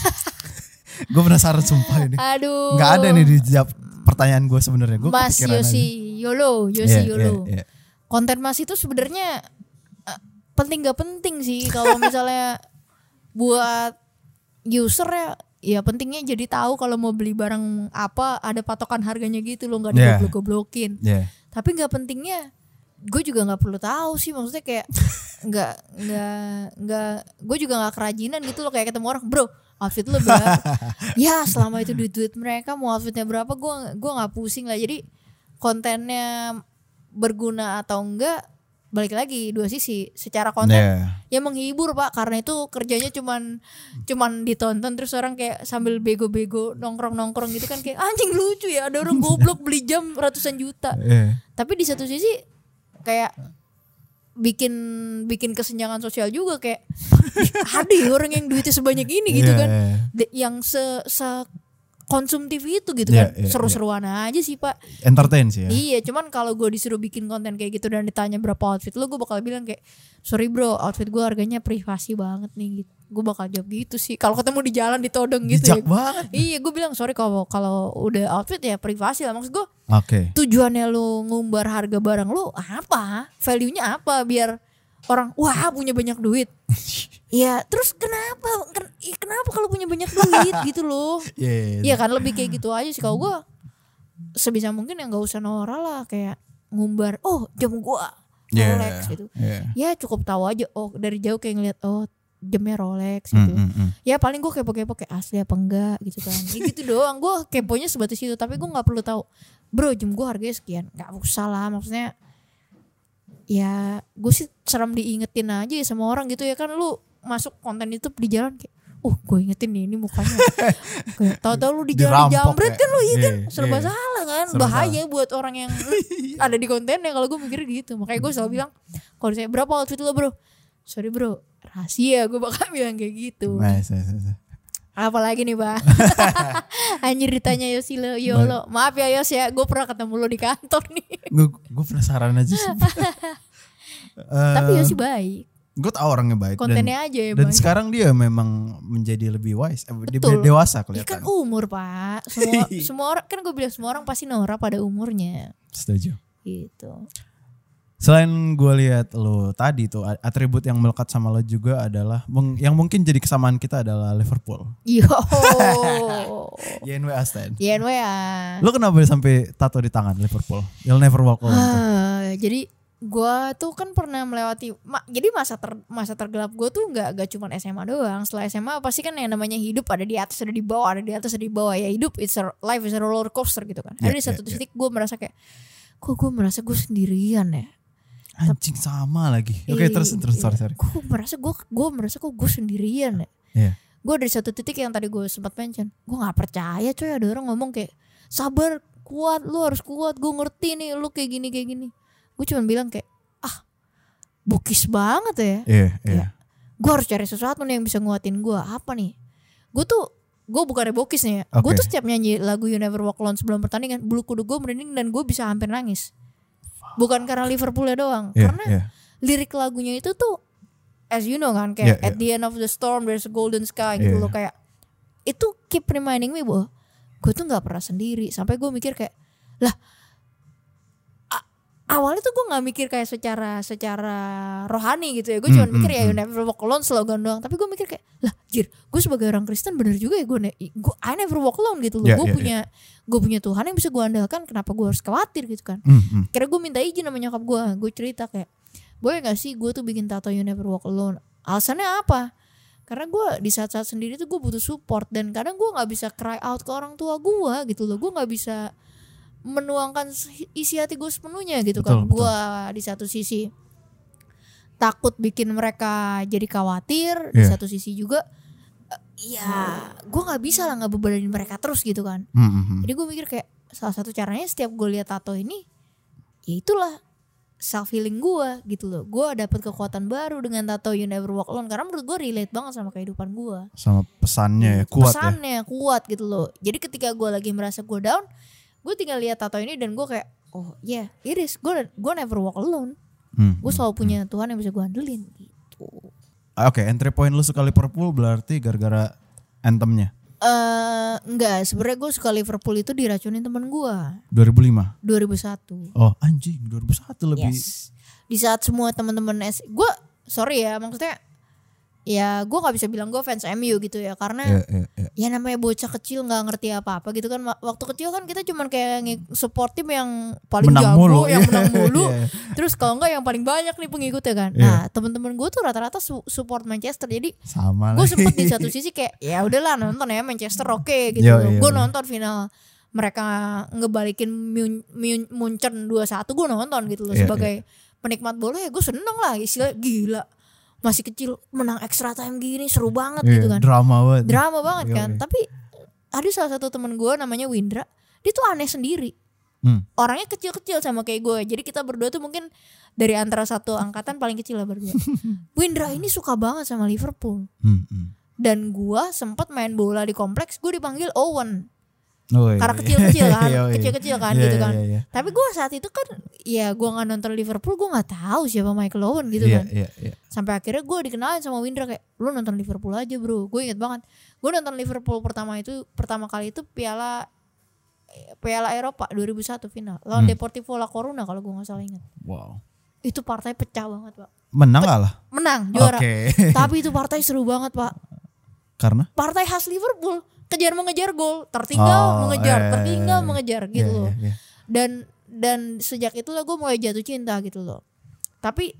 Gue penasaran sumpah ini. Aduh. Nggak ada nih dijawab pertanyaan gue sebenarnya. Gue Mas kepikiran Yosi aja. Yolo, Yosi Iya, Yolo. iya, iya. Konten Mas itu sebenarnya uh, penting gak penting sih kalau misalnya buat user ya. Ya pentingnya jadi tahu kalau mau beli barang apa ada patokan harganya gitu loh, nggak Yeah. digoblok-goblokin. Yeah. Tapi nggak pentingnya, gue juga nggak perlu tahu sih, maksudnya kayak nggak nggak nggak, gue juga nggak kerajinan gitu loh, kayak ketemu orang, bro outfit lo berapa? Ya selama itu duit-duit mereka mau outfitnya berapa, gue gue nggak pusing lah. Jadi kontennya berguna atau enggak balik lagi dua sisi. Secara konten Yeah. ya menghibur Pak, karena itu kerjanya cuman cuman ditonton terus orang kayak sambil bego-bego nongkrong-nongkrong gitu kan, kayak anjing lucu ya ada orang goblok beli jam ratusan juta. Yeah. Tapi di satu sisi kayak bikin bikin kesenjangan sosial juga, kayak ada ya orang yang duitnya sebanyak ini gitu Yeah, kan, yeah. De- yang se, se konsumtif itu gitu Yeah, kan, yeah, seru-seruan aja sih Pak. Entertain sih ya. Iya, cuman kalau gue disuruh bikin konten kayak gitu dan ditanya berapa outfit lo, gue bakal bilang kayak sorry bro, outfit gue harganya privasi banget nih gitu. Gue bakal jawab gitu sih. Kalau ketemu di jalan ditodong gitu Bijak ya. banget. Iya, gue bilang sorry kalau kalau udah outfit ya privasi lah. Maksud gue Oke. tujuannya lo ngumbar harga barang lo apa? Value-nya apa? Biar orang wah punya banyak duit. Ya terus kenapa? Ken- ih, kenapa kalau punya banyak duit gitu loh? Iya. Iya kan lebih kayak gitu aja sih. Kalau gue sebisa mungkin ya nggak usah norak lah, kayak ngumbar oh jam gue Yeah, Rolex gitu. yeah. Ya cukup tahu aja, oh dari jauh kayak ngeliat oh jamnya Rolex gitu. Mm, mm, mm. Ya paling gue kepo-kepo kayak asli apa enggak gitu kan. Ya gitu doang, gue keponya sebatas itu. Tapi gue nggak perlu tahu bro jam gue harganya sekian, nggak usah lah. Maksudnya ya gue sih serem diingetin aja ya sama orang gitu ya kan. Lu masuk konten YouTube di jalan kayak uh gue ingetin nih ini mukanya kayak tahu-tahu lu di jalan Dirampok dijambret ya. kan lu iya kan, Iya, serba iya. salah kan. Serba Bahaya buat orang yang ada di kontennya kalau gue mikir gitu. Makanya gue selalu bilang kalau saya berapa outfit lo bro, sorry bro rahasia, gue bakal bilang kayak gitu. Nice, nice, nice. Apalagi nih Pak. Anjir ditanya Yosi lo, Yolo. Maaf ya Yos ya, gue pernah ketemu lo di kantor nih. Gue gue penasaran aja sih. Tapi Yosi baik, Gue tau orangnya baik. kontennya dan, aja ya Dan baik. sekarang dia memang menjadi lebih wise, eh, dia Betul. dewasa Ya kan kelihatan. umur Pak. Semua semua orang kan gue bilang semua orang pasti norak pada umurnya. Setuju. Gitu. Selain gue lihat lo tadi tuh atribut yang melekat sama lo juga adalah meng- yang mungkin jadi kesamaan kita adalah Liverpool. Yo. Y N W A stand. Y N W A. Lo kenapa sampai tato di tangan Liverpool? You'll never walk alone. tuh. Ah, jadi gue tuh kan pernah melewati ma, jadi masa ter, masa tergelap gue tuh nggak nggak cuma S M A doang. Setelah S M A pasti kan yang namanya hidup ada di atas ada di bawah, ada di atas ada di bawah. Ya hidup it's a, life is a roller coaster gitu kan. Yeah, Ada di satu yeah, titik gue merasa kayak kok gue merasa gue sendirian ya. Anjing sama lagi. Oke, okay, terus terus sorry sorry. Gue merasa gue gue merasa kok gue sendirian ya. Yeah. Gue dari satu titik yang tadi gue sempat mention, gue nggak percaya coy ada orang ngomong kayak sabar, kuat, lu harus kuat, gue ngerti nih lu kayak gini kayak gini. Gue cuma bilang kayak bokis banget ya. Iya, iya. Gue harus cari sesuatu nih yang bisa nguatin gue. Apa nih? Gue tuh, gue bukannya bokis nih ya. Okay. Gue tuh setiap nyanyi lagu You Never Walk Alone sebelum pertandingan, bulu kuduk gue merinding dan gue bisa hampir nangis. Bukan karena Liverpoolnya doang, yeah, karena yeah. lirik lagunya itu tuh, as you know kan, kayak yeah, at yeah. the end of the storm there's a golden sky gitu yeah. loh, kayak itu keep reminding me bahwa gue tuh nggak pernah sendiri. Sampai gue mikir kayak, lah. Awalnya tuh gue nggak mikir kayak secara secara rohani gitu ya, gue cuma hmm, mikir hmm, ya You Never Walk Alone slogan doang. Tapi gue mikir kayak lah jir, gue sebagai orang Kristen bener juga ya gue gue I never walk alone gitu loh. Yeah, gue yeah, punya yeah. gue punya Tuhan yang bisa gue andalkan. Kenapa gue harus khawatir gitu kan? Hmm, hmm. Karena gue minta izin sama nyokap gue, gue cerita kayak boleh nggak sih gue tuh bikin tato You Never Walk Alone. Alasannya apa? Karena gue di saat-saat sendiri tuh gue butuh support dan kadang gue nggak bisa cry out ke orang tua gue gitu loh. Gue nggak bisa menuangkan isi hati gue sepenuhnya gitu. Betul, kan gue di satu sisi takut bikin mereka jadi khawatir, yeah. Di satu sisi juga uh, ya gue nggak bisa lah ngebebanin mereka terus gitu kan. Mm-hmm. Jadi gue mikir kayak salah satu caranya setiap gue lihat tato ini ya itulah self healing gue gitu loh. Gue dapet kekuatan baru dengan tato You Never Walk Alone karena menurut gue relate banget sama kehidupan gue, sama pesannya ya, kuat pesannya ya. kuat gitu loh. Jadi ketika gue lagi merasa gue down, gue tinggal lihat tato ini dan gue kayak oh yeah it is, gue gue never walk alone. hmm, gue selalu hmm, punya hmm. Tuhan yang bisa gue andelin gitu. Oke, okay, entry point lu suka Liverpool berarti gara-gara anthemnya? Uh, enggak, sebenarnya gue suka Liverpool itu diracunin temen gue dua ribu lima dua ribu satu. Oh anjing, dua ribu satu lebih. Yes. Di saat semua teman-teman S gue sorry ya maksudnya ya gue nggak bisa bilang gue fans M U gitu ya karena yeah, yeah, yeah. ya namanya bocah kecil nggak ngerti apa-apa gitu kan. Waktu kecil kan kita cuman kayak support tim yang paling menang jago mulu. yang menang mulu yeah. Terus kalau enggak yang paling banyak nih pengikutnya kan. yeah. Nah teman-teman gue tuh rata-rata su- support Manchester, jadi gue sempet di satu sisi kayak ya udahlah nonton ya Manchester oke okay, gitu. Gue nonton final mereka ngebalikin Munchen dua satu, gue nonton gitu loh. yeah, sebagai yeah. penikmat bola ya gue seneng lah, istilah gila masih kecil menang extra time gini seru banget yeah, gitu kan. Drama banget. Drama banget yeah, kan. Yeah. Tapi ada salah satu teman gue namanya Windra, dia tuh aneh sendiri. Hmm. Orangnya kecil-kecil sama kayak gue. Jadi kita berdua tuh mungkin dari antara satu angkatan paling kecil lah berdua. Windra ini suka banget sama Liverpool. Hmm, hmm. Dan gue sempat main bola di kompleks, gue dipanggil Owen. Oh, iya. Karena kecil-kecil kan, kecil-kecil kan yeah, gitu kan. Yeah, yeah. Tapi gue saat itu kan, ya gue nggak nonton Liverpool, gue nggak tahu siapa Michael Owen gitu yeah, kan. Yeah, yeah. Sampai akhirnya gue dikenalin sama Windra kayak, lu nonton Liverpool aja bro. Gue inget banget, gue nonton Liverpool pertama itu pertama kali itu Piala Piala Eropa dua ribu satu final lawan hmm. Deportivo La Coruna kalau gue nggak salah ingat. Wow. Itu partai pecah banget pak. Menang Pe- lah. Menang juara. Okay. Tapi itu partai seru banget pak. Karena? Partai khas Liverpool. Kejar mengejar gol, tertinggal oh, mengejar, eh, tertinggal mengejar gitu yeah, loh. Yeah, yeah. Dan dan sejak itulah gue mulai jatuh cinta gitu loh. Tapi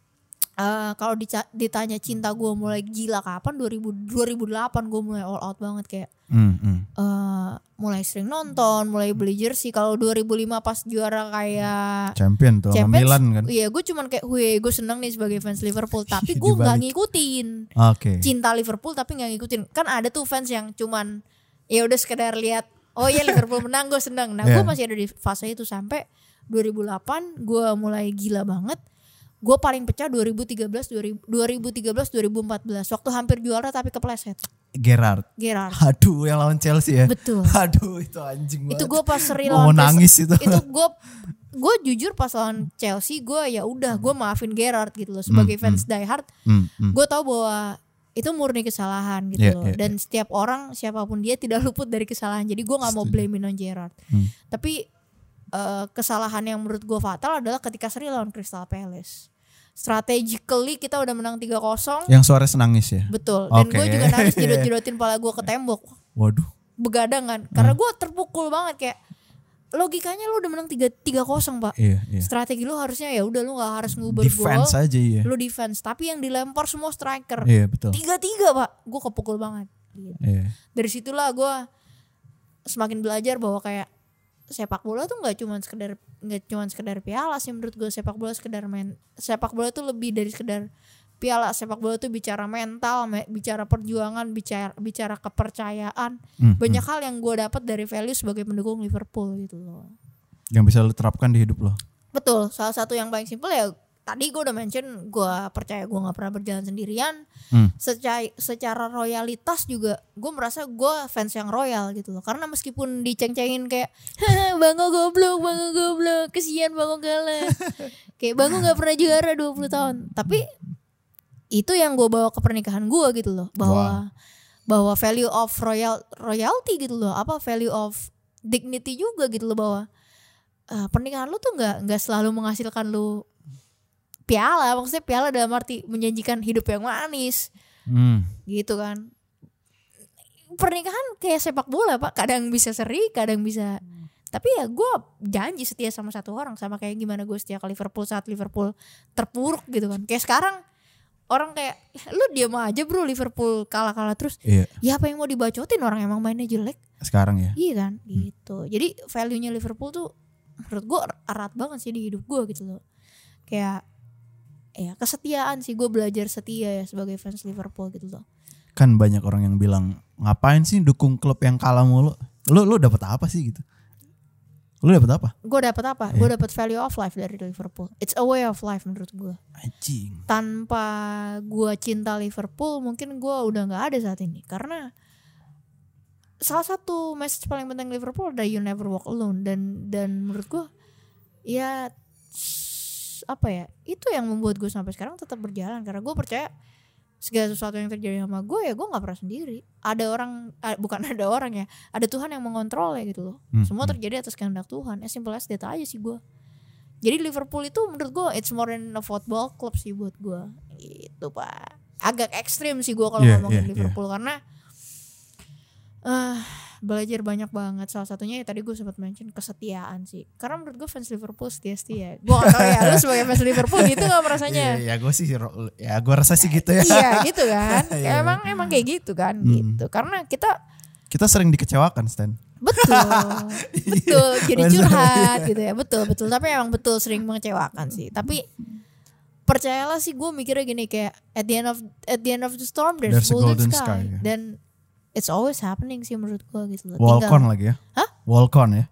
uh, kalau ditanya cinta gue mulai gila kapan, dua ribu dua ribu delapan gue mulai all out banget kayak mm, mm. Uh, mulai sering nonton, mulai beli jersey. Kalau dua ribu lima pas juara kayak champion tuh sama Milan kan. Iya, gue cuman kayak weh gue seneng nih sebagai fans Liverpool, tapi gue nggak ngikutin. Okay. Cinta Liverpool tapi nggak ngikutin. Kan ada tuh fans yang cuman ya udah sekedar lihat oh ya Liverpool menang gue seneng. Nah yeah. gue masih ada di fase itu sampai dua ribu delapan gue mulai gila banget. Gue paling pecah dua ribu tiga belas dua ribu tiga belas dua ribu empat belas waktu hampir juara tapi kepleset. Gerrard. Gerrard. Aduh yang lawan Chelsea ya. Betul. Aduh itu anjing banget. Itu gue pas seri lawan. Mau nangis itu. Itu gue gue jujur pas lawan Chelsea gue ya udah gue maafin Gerrard gitu loh sebagai mm, fans mm, die hard. Mm, mm. Gue tahu bahwa itu murni kesalahan gitu yeah, loh. Yeah, dan yeah. setiap orang siapapun dia tidak luput dari kesalahan. Jadi gue nggak mau blamein on Gerrard. Mm. Tapi uh, kesalahan yang menurut gue fatal adalah ketika seri lawan Crystal Palace. Strategically kita udah menang tiga kosong. Yang Suarez nangis ya? Betul. Dan okay. gue juga nangis jedot-jedotin pala gue ke tembok. Waduh. Begadang kan. Karena gue terpukul banget kayak logikanya lu udah menang tiga tiga kosong pak. Iya, iya. Strategi lu harusnya ya udah lu nggak harus ngubur gol. Defense aja ya. Lu defense, tapi yang dilempar semua striker. Iya betul. Tiga-tiga pak, gue kepukul banget. Gitu. Iya. Dari situlah gue semakin belajar bahwa kayak sepak bola tuh nggak cuma sekedar nggak cuma sekedar piala sih menurut gue. Sepak bola sekedar main. Sepak bola tuh lebih dari sekedar piala. Sepak bola tuh bicara mental, me- bicara perjuangan, bicara bicara kepercayaan. Hmm, Banyak hal yang gue dapat dari value sebagai pendukung Liverpool gitu loh. Yang bisa lu terapkan di hidup lo. Betul. Salah satu yang paling simpel ya tadi gue udah mention, gue percaya gue nggak pernah berjalan sendirian. Hmm. Secara secara royalitas juga gue merasa gue fans yang royal gitu loh. Karena meskipun diceng-cengin kayak Bango goblok, Bango goblok, kesian Bango kalah. Kayak Bango nggak pernah juara dua puluh tahun. Tapi itu yang gue bawa ke pernikahan gue gitu loh, bahwa wow. bahwa value of royal royalty gitu loh, apa value of dignity juga gitu loh, bahwa uh, pernikahan lu tuh nggak nggak selalu menghasilkan lu piala, maksudnya piala dalam arti menjanjikan hidup yang manis, hmm. gitu kan. Pernikahan kayak sepak bola pak, kadang bisa seri, kadang bisa, tapi ya gue janji setia sama satu orang, sama kayak gimana gue setia ke Liverpool saat Liverpool terpuruk gitu kan. Kayak sekarang orang kayak lu diam aja bro, Liverpool kalah-kalah terus. Iya. Ya apa yang mau dibacotin, orang emang mainnya jelek. Sekarang ya. Iya kan, hmm. gitu. Jadi value-nya Liverpool tuh menurut gue erat banget sih di hidup gue gitu loh. Kayak ya kesetiaan sih, gue belajar setia ya sebagai fans Liverpool gitu loh. Kan banyak orang yang bilang ngapain sih dukung klub yang kalah mulu? Lu lu dapat apa sih gitu? Lu dapat apa? Gue dapat apa? Yeah. Gue dapat value of life dari Liverpool. It's a way of life menurut gue. Anjing. Tanpa gue cinta Liverpool, mungkin gue udah nggak ada saat ini. Karena salah satu message paling penting Liverpool adalah you never walk alone. Dan dan menurut gue, ya apa ya? Itu yang membuat gue sampai sekarang tetap berjalan. Karena gue percaya segala sesuatu yang terjadi sama gue ya gue nggak pernah sendiri. Ada orang, bukan ada orang ya, ada Tuhan yang mengontrol ya gitu loh. Hmm. Semua terjadi atas kehendak Tuhan. Ya simple as that aja sih gue. Jadi Liverpool itu menurut gue it's more than a football club sih buat gue. Itu pak. Agak ekstrim sih gue kalau yeah, ngomongin yeah, Liverpool yeah. Karena uh, belajar banyak banget. Salah satunya ya tadi gue sempat mention kesetiaan sih. Karena menurut gue fans Liverpool setia-setia. Gue gak tau ya lu sebagai fans Liverpool gitu gak merasanya? Ya, ya gue sih ya gue rasa sih gitu ya. Iya gitu kan. Emang emang kayak gitu kan hmm. gitu. Karena kita kita sering dikecewakan Stan. Betul. Betul. Jadi curhat gitu ya. Betul betul. Tapi emang betul sering mengecewakan sih. Tapi percayalah sih gue mikirnya gini, kayak at the end of at the end of the storm there's, there's golden, golden sky. sky ya. Dan it's always happening sih menurut gue gitu loh. Walcon lagi ya? Hah? Walcon ya?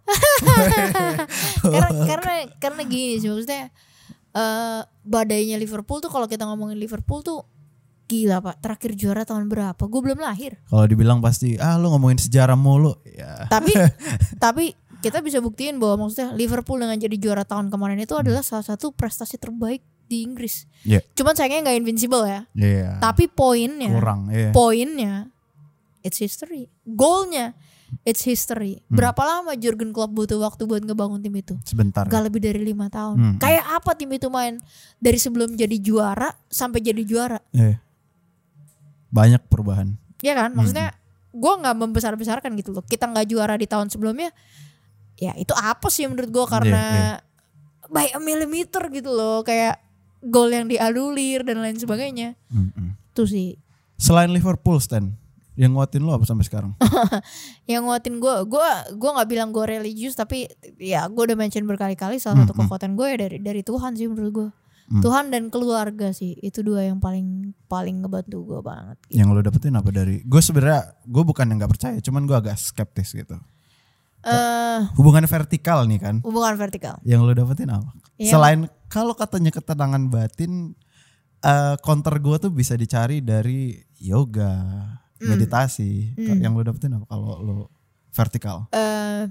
karena karena karena gini sih maksudnya uh, badainya Liverpool tuh, kalau kita ngomongin Liverpool tuh gila pak. Terakhir juara tahun berapa? Gue belum lahir. Kalau dibilang pasti ah lu ngomongin sejarah mulu. Ya. Tapi tapi kita bisa buktiin bahwa maksudnya Liverpool dengan jadi juara tahun kemarin itu adalah salah satu prestasi terbaik di Inggris. Yeah. Cuman sayangnya nggak invincible ya. Yeah. Tapi poinnya, kurang. Yeah. Poinnya it's history. Goalnya it's history. Hmm. Berapa lama Jurgen Klopp butuh waktu buat ngebangun tim itu? Sebentar. Gak lebih dari lima tahun. Hmm. Kayak apa tim itu main dari sebelum jadi juara sampai jadi juara? Yeah. Banyak perubahan. Iya kan? Maksudnya hmm. gue gak membesar-besarkan gitu loh. Kita gak juara di tahun sebelumnya. Ya itu apa sih menurut gue, karena yeah, yeah. by a millimeter gitu loh. Kayak gol yang dianulir dan lain sebagainya. Hmm. Itu sih. Selain Liverpool Stan, yang nguatin lo apa sampai sekarang? Yang nguatin gue, gue gue nggak bilang gue religius, tapi ya gue udah mention berkali-kali salah satu mm-hmm. kekuatan gue ya dari dari Tuhan sih menurut gue. Mm. Tuhan dan keluarga sih, itu dua yang paling paling ngebantu gue banget. Gitu. Yang lo dapetin apa dari? Gue sebenarnya gue bukan yang nggak percaya, cuman gue agak skeptis gitu. Uh, hubungan vertikal nih kan? Hubungan vertikal. Yang lo dapetin apa? Yang selain kalau katanya ketenangan batin, uh, counter gue tuh bisa dicari dari yoga. Meditasi, mm. yang lo dapetin apa kalau lo vertikal? Uh,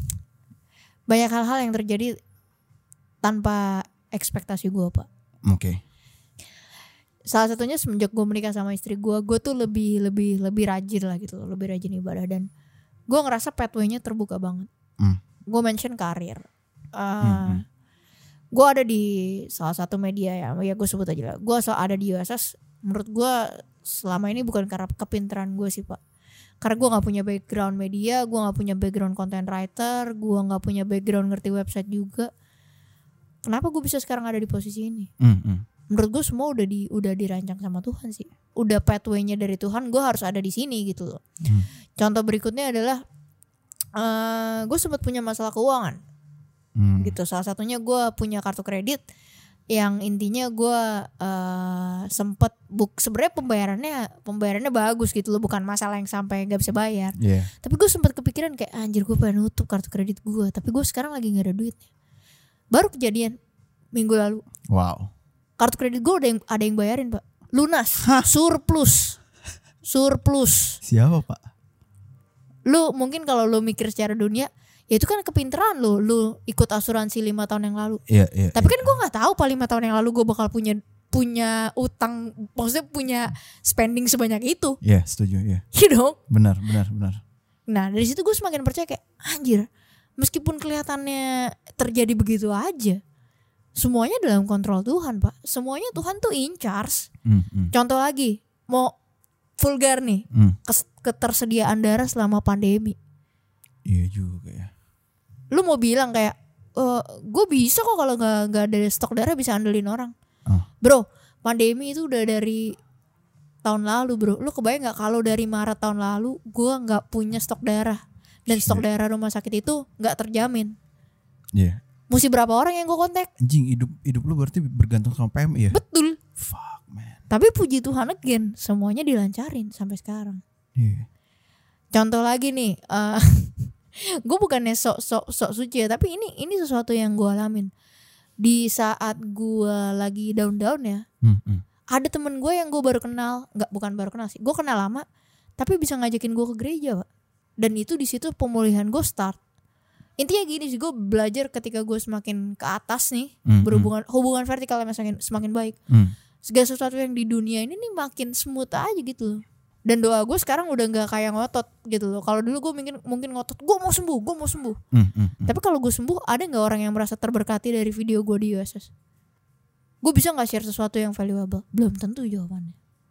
banyak hal-hal yang terjadi tanpa ekspektasi gue pak. Oke. Okay. Salah satunya semenjak gue menikah sama istri gue, gue tuh lebih lebih lebih rajin lah gitu, lebih rajin ibadah, dan gue ngerasa pathway-nya terbuka banget. Mm. Gue mention karir. Uh, mm-hmm. Gue ada di salah satu media ya, ya gue sebut aja lah. Gue ada di U S S. Menurut gue selama ini bukan karena kepintaran gue sih pak, Karena gue nggak punya background media, gue nggak punya background content writer, gue nggak punya background ngerti website juga. Kenapa gue bisa sekarang ada di posisi ini? Mm-mm. Menurut gue semua udah di udah dirancang sama Tuhan sih. Udah pathway-nya dari Tuhan, gue harus ada di sini gitu loh. Hmm. Contoh berikutnya adalah uh, gue sempat punya masalah keuangan. Hmm. Gitu. Salah satunya gue punya kartu kredit yang intinya gue uh, sempet buk sebenarnya pembayarannya pembayarannya bagus gitu loh, bukan masalah yang sampai nggak bisa bayar. Yeah. Tapi gue sempat kepikiran kayak anjir gue pengen nutup kartu kredit gue, tapi gue sekarang lagi nggak ada duitnya. Baru kejadian minggu lalu. Wow. Kartu kredit gue ada yang ada yang bayarin pak, lunas, Hah? surplus, surplus. Siapa pak? Lu mungkin kalau lu mikir secara dunia, ya itu kan kepinteran lu, lu ikut asuransi lima tahun yang lalu. Iya iya. Tapi kan gue nggak tahu pak lima tahun yang lalu gue bakal punya punya utang, maksudnya punya spending sebanyak itu. Iya setuju ya. You know? Benar benar benar. Nah dari situ gue semakin percaya kayak anjir, meskipun kelihatannya terjadi begitu aja, semuanya dalam kontrol Tuhan pak. Semuanya Tuhan tuh in charge. Mm, mm, Contoh lagi, mau vulgar nih, mm. kes- ketersediaan darah selama pandemi. Iya juga ya. Lu mau bilang kayak, e, gue bisa kok kalau nggak nggak ada stok darah bisa andelin orang. Oh. Bro, pandemi itu udah dari tahun lalu bro. Lu kebayang nggak kalau dari Maret tahun lalu gue nggak punya stok darah dan stok Iya. darah rumah sakit itu nggak terjamin. Iya. Mesti berapa orang yang gue kontak? Anjing hidup hidup lu berarti bergantung sama P M I ya? Betul. Fuck man. Tapi puji Tuhan again, semuanya dilancarin sampai sekarang. Iya. Contoh lagi nih, uh, gue bukannya sok sok sok suci ya, tapi ini ini sesuatu yang gue alamin di saat gue lagi down down ya. Mm, mm. Ada temen gue yang gue baru kenal, nggak bukan baru kenal sih, gue kenal lama, tapi bisa ngajakin gue ke gereja pak. Dan itu di situ pemulihan gue start. Intinya gini sih, gue belajar ketika gue semakin ke atas nih, Mm, berhubungan hubungan vertikalnya semakin semakin baik. Mm. Segala sesuatu yang di dunia ini nih makin smooth aja gitu loh. Dan doa gue sekarang udah nggak kayak ngotot gitu loh. Kalau dulu gue mungkin mungkin ngotot, gue mau sembuh, gue mau sembuh. Mm, mm, mm. Tapi kalau gue sembuh, ada nggak orang yang merasa terberkati dari video gue di U S S? Gue bisa nggak share sesuatu yang valuable? Belum tentu jawabannya.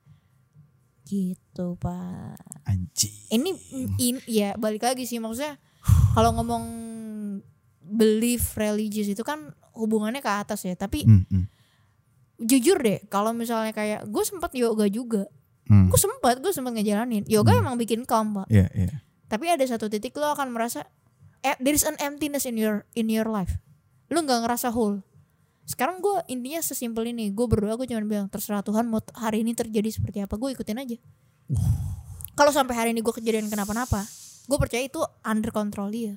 Gitu pak. Anjing. Ini, in, ya balik lagi sih maksudnya. Kalau ngomong belief religious itu kan hubungannya ke atas ya. Tapi Mm, mm. jujur deh, kalau misalnya kayak gue sempat yoga juga. Mm. Gue sempat, gue sempat ngejalanin. Yoga Hmm. emang bikin calm pak. Iya iya. Tapi ada satu titik lo akan merasa eh, there is an emptiness in your in your life. Lo nggak ngerasa whole. Sekarang gue intinya sesimpel ini. Gue berdoa, gue cuma bilang terserah Tuhan mau hari ini terjadi seperti apa, gue ikutin aja. Uh. Kalau sampai hari ini gue kejadian kenapa-napa, gue percaya itu under control dia.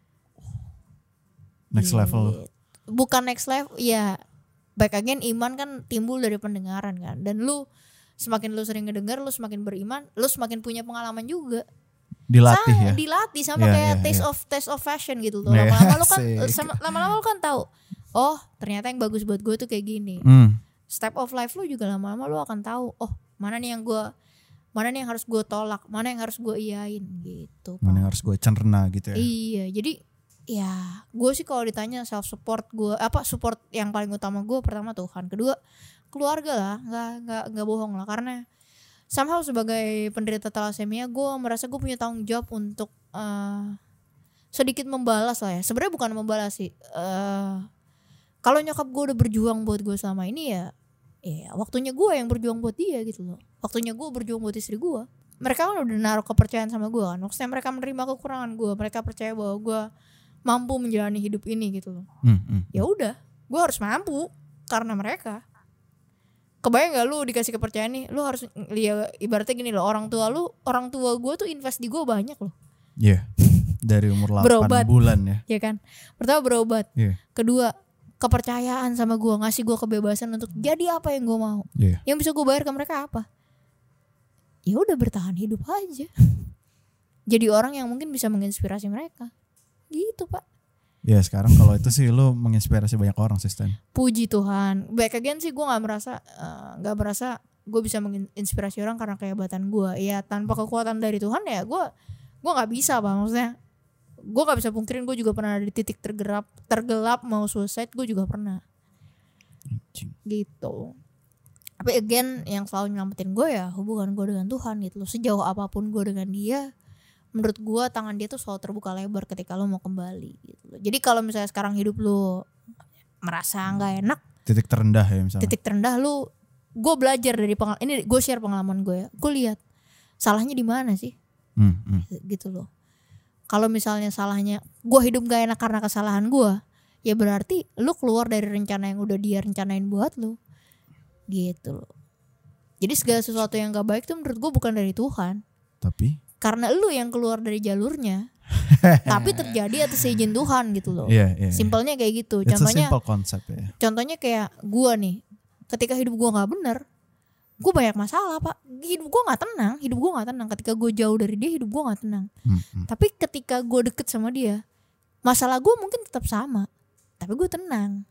Next level lu. Bukan next level, ya. Baik again, iman kan timbul dari pendengaran kan. Dan lu semakin lu sering ngedengar, lu semakin beriman, lu semakin punya pengalaman juga. Dilatih Sa- ya. Dilatih sama Iya, kayak iya, taste iya. of taste of fashion gitu loh. Iya, Lama-lama lu kan asik. sama, lama-lama lu kan tahu. Oh, ternyata yang bagus buat gue tuh kayak gini. Mm. Step of life lu juga lama-lama lu akan tahu. Oh, mana nih yang gue mana nih yang harus gue tolak, mana yang harus gue iyain gitu. Pak. Mana yang harus gue cerna gitu ya. Iya, jadi ya gue sih kalau ditanya self support gue apa support yang paling utama gue pertama Tuhan, kedua keluarga lah, nggak nggak nggak bohong lah, karena somehow sebagai penderita thalassemia gue merasa gue punya tanggung jawab untuk uh, sedikit membalas lah ya. Sebenarnya bukan membalas sih. Uh, kalau nyokap gue udah berjuang buat gue selama ini ya, ya waktunya gue yang berjuang buat dia gitu loh. Waktunya gue berjuang buat istri gue. Mereka kan udah naruh kepercayaan sama gue kan. Maksudnya mereka menerima kekurangan gue. Mereka percaya bahwa gue mampu menjalani hidup ini gitu loh. Mm, mm. Ya udah, gue harus mampu karena mereka. Kebayang gak lu dikasih kepercayaan nih, lu harus lihat ibaratnya gini loh, orang tua lu, orang tua gue tuh invest di gue banyak loh. Iya. Dari umur delapan Berobat. bulan ya. Ya kan. Pertama berobat. Iya. Kedua kepercayaan sama gue, ngasih gue kebebasan untuk jadi apa yang gue mau. Iya. Yang bisa gue bayar ke mereka apa? Ya udah bertahan hidup aja. Jadi orang yang mungkin bisa menginspirasi mereka. Gitu pak. Ya sekarang kalau itu sih lu menginspirasi banyak orang sih Stan. Puji Tuhan. Back again sih gue nggak merasa nggak uh, merasa gue bisa menginspirasi orang karena kehebatan gue. Ya tanpa kekuatan dari Tuhan ya gue gue nggak bisa pak. Maksudnya gue nggak bisa pungkirin gue juga pernah ada di titik tergelap tergelap mau suicide, gue juga pernah. Anjing. Gitu. Tapi again yang selalu nyelamatin gue ya hubungan gue dengan Tuhan gitu loh. Sejauh apapun gue dengan dia, menurut gue tangan dia tuh selalu terbuka lebar ketika lo mau kembali gitu. Jadi kalau misalnya sekarang hidup lo merasa nggak enak, titik terendah ya misalnya. Titik terendah lu, gue belajar dari pengalaman ini, gue share pengalaman gue ya. Gue lihat salahnya di mana sih, Hmm, hmm. gitu loh. Kalau misalnya salahnya gue hidup gak enak karena kesalahan gue, ya berarti lu keluar dari rencana yang udah dia rencanain buat lu, gitu loh. Jadi segala sesuatu yang gak baik tuh menurut gue bukan dari Tuhan, Tapi karena lu yang keluar dari jalurnya. Tapi terjadi atas izin Tuhan gitu loh. Iya, iya, iya. Simpelnya kayak gitu. It's Contohnya, a simple concept ya. contohnya kayak gue nih, ketika hidup gue nggak bener, gue banyak masalah pak. Hidup gue nggak tenang, hidup gue nggak tenang. Ketika gue jauh dari dia, hidup gue nggak tenang. Hmm, hmm. Tapi ketika gue deket sama dia, masalah gue mungkin tetap sama, tapi gue tenang.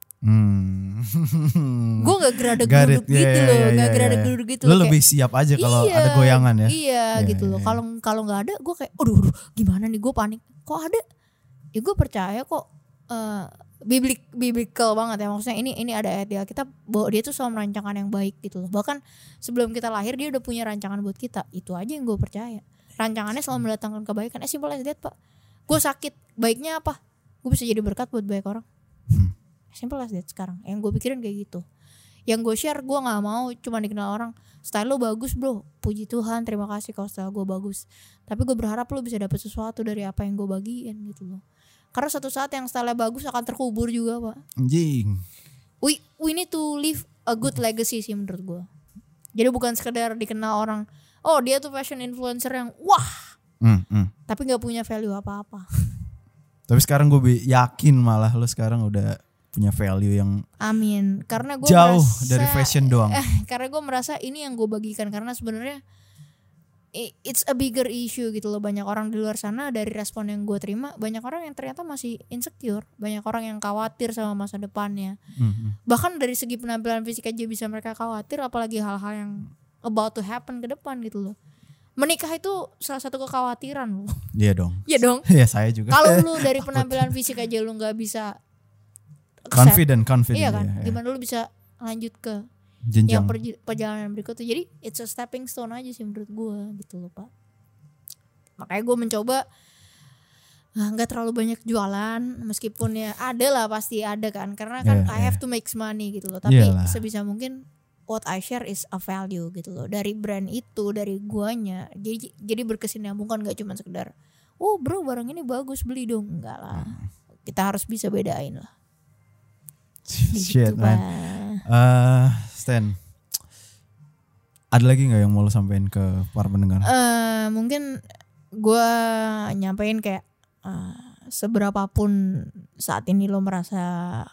Hmm. Gue gak gerada Got it. geruduk gitu Yeah, loh, yeah, gak yeah, gerada yeah. geruduk gitu. Lu Kayak, lebih siap aja kalau iya, ada goyangan ya. Iya Iya, gitu loh. iya. Kalau kalau nggak ada, gue kayak, aduh, aduh, gimana nih, gue panik. Kok ada? Ya gue percaya kok. Uh, biblik biblical banget ya, maksudnya ini ini ada ayat di Alkitab bahwa dia tuh selalu merancangkan yang baik gitu loh. Bahkan sebelum kita lahir dia udah punya rancangan buat kita. Itu aja yang gue percaya. Rancangannya selalu mendatangkan kebaikan. Eh simple as that pak. Gue sakit, baiknya apa? Gue bisa jadi berkat buat banyak orang. Hmm. Simple as that sekarang. Yang gue pikirin kayak gitu. Yang gue share, gue nggak mau cuma dikenal orang style lo bagus bro, puji Tuhan, terima kasih kalau style gue bagus. Tapi gue berharap lo bisa dapet sesuatu dari apa yang gue bagiin gitu loh. Karena suatu saat yang style bagus akan terkubur juga pak. Anjing. We we need to leave a good legacy sih menurut gue. Jadi bukan sekedar dikenal orang, oh dia tuh fashion influencer yang wah, Hmm, hmm. tapi nggak punya value apa-apa. Tapi sekarang gue yakin malah lo sekarang udah punya value yang Amin. Karena gue jauh merasa, dari fashion doang. Eh, karena gue merasa ini yang gue bagikan, karena sebenarnya it's a bigger issue gitu loh. Banyak orang di luar sana, dari respon yang gue terima, banyak orang yang ternyata masih insecure, banyak orang yang khawatir sama masa depannya. Hmm. Bahkan dari segi penampilan fisik aja bisa mereka khawatir, apalagi hal-hal yang about to happen ke depan gitu loh. Menikah itu salah satu kekhawatiran loh. Iya dong. Iya dong. Iya saya juga. Kalau lu dari penampilan fisik aja lu nggak bisa confident, confident. iya kan, ya, ya. gimana lu bisa lanjut ke Jenjang. yang perj- perjalanan berikutnya. Jadi it's a stepping stone aja sih menurut gue gitu loh pak. Makanya gue mencoba nggak terlalu banyak jualan, meskipun ya ada lah, pasti ada kan, karena kan Yeah, I have yeah. to make money gitu loh. Tapi Iyalah. sebisa mungkin what I share is a value gitu loh, dari brand itu, dari guanya. Jadi jadi berkesinambungan, nggak cuma sekedar oh bro barang ini bagus beli dong, enggak lah. Kita harus bisa bedain lah. Shit Gitu, man. Pak. Uh, Stan, ada lagi nggak yang mau lo sampein ke para pendengar? Eh, mungkin gue nyampein kayak uh, seberapapun saat ini lo merasa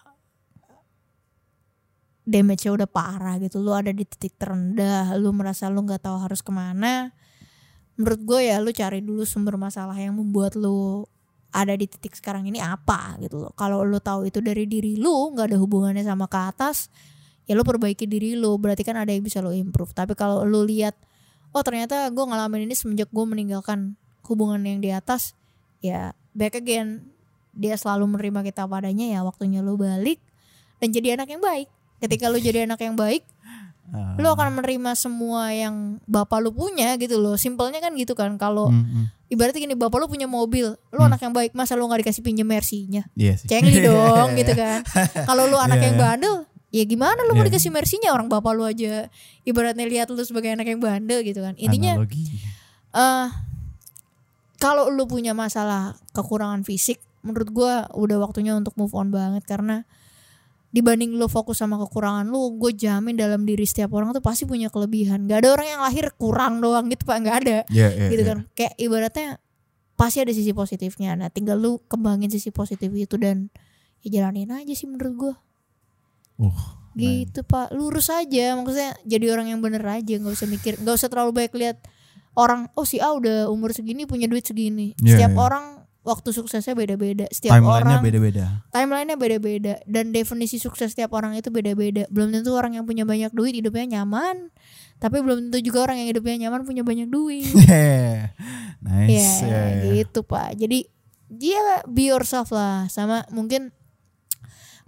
damage-nya udah parah gitu, lo ada di titik terendah, lo merasa lo nggak tahu harus kemana. Menurut gue ya lo cari dulu sumber masalah yang membuat lo ada di titik sekarang ini apa gitu loh. Kalau lo tahu itu dari diri lo, nggak ada hubungannya sama ke atas, ya lo perbaiki diri lo, berarti kan ada yang bisa lo improve. Tapi kalau lo lihat, oh ternyata gue ngalamin ini semenjak gue meninggalkan hubungan yang di atas, ya back again, dia selalu menerima kita padanya, ya waktunya lo balik dan jadi anak yang baik. Ketika lo jadi anak yang baik, Uh, lo akan menerima semua yang bapak lo punya gitu loh. Simpelnya kan gitu kan. Kalau mm, mm. ibaratnya gini, bapak lo punya mobil, lo Hmm. anak yang baik, masa lo nggak dikasih pinjem Mercy-nya? Iya sih. Cengli dong gitu kan. Kalau lo anak Yeah. yang bandel, ya gimana lo mau Yeah. dikasih Mercy-nya, orang bapak lo aja ibaratnya lihat lo sebagai anak yang bandel gitu kan. Intinya Analogi. uh, kalau lo punya masalah kekurangan fisik, menurut gue udah waktunya untuk move on banget. Karena dibanding lo fokus sama kekurangan lo, gue jamin dalam diri setiap orang tuh pasti punya kelebihan. Gak ada orang yang lahir kurang doang gitu pak, gak ada. Yeah, yeah, Gitu yeah. kan. Kayak ibaratnya pasti ada sisi positifnya. Nah tinggal lu kembangin sisi positif itu dan ya jalanin aja sih menurut gue. Uh, Gitu pak, lurus aja. Maksudnya jadi orang yang bener aja, gak usah mikir, gak usah terlalu banyak lihat orang, oh si A udah umur segini punya duit segini. Yeah, Setiap yeah. orang waktu suksesnya beda-beda. Setiap timelinenya orang beda-beda. timelinenya beda-beda. Dan definisi sukses setiap orang itu beda-beda. Belum tentu orang yang punya banyak duit hidupnya nyaman, tapi belum tentu juga orang yang hidupnya nyaman punya banyak duit. Yeah. Nice. Ya yeah, yeah. gitu pak. Jadi dia be yourself lah. Sama mungkin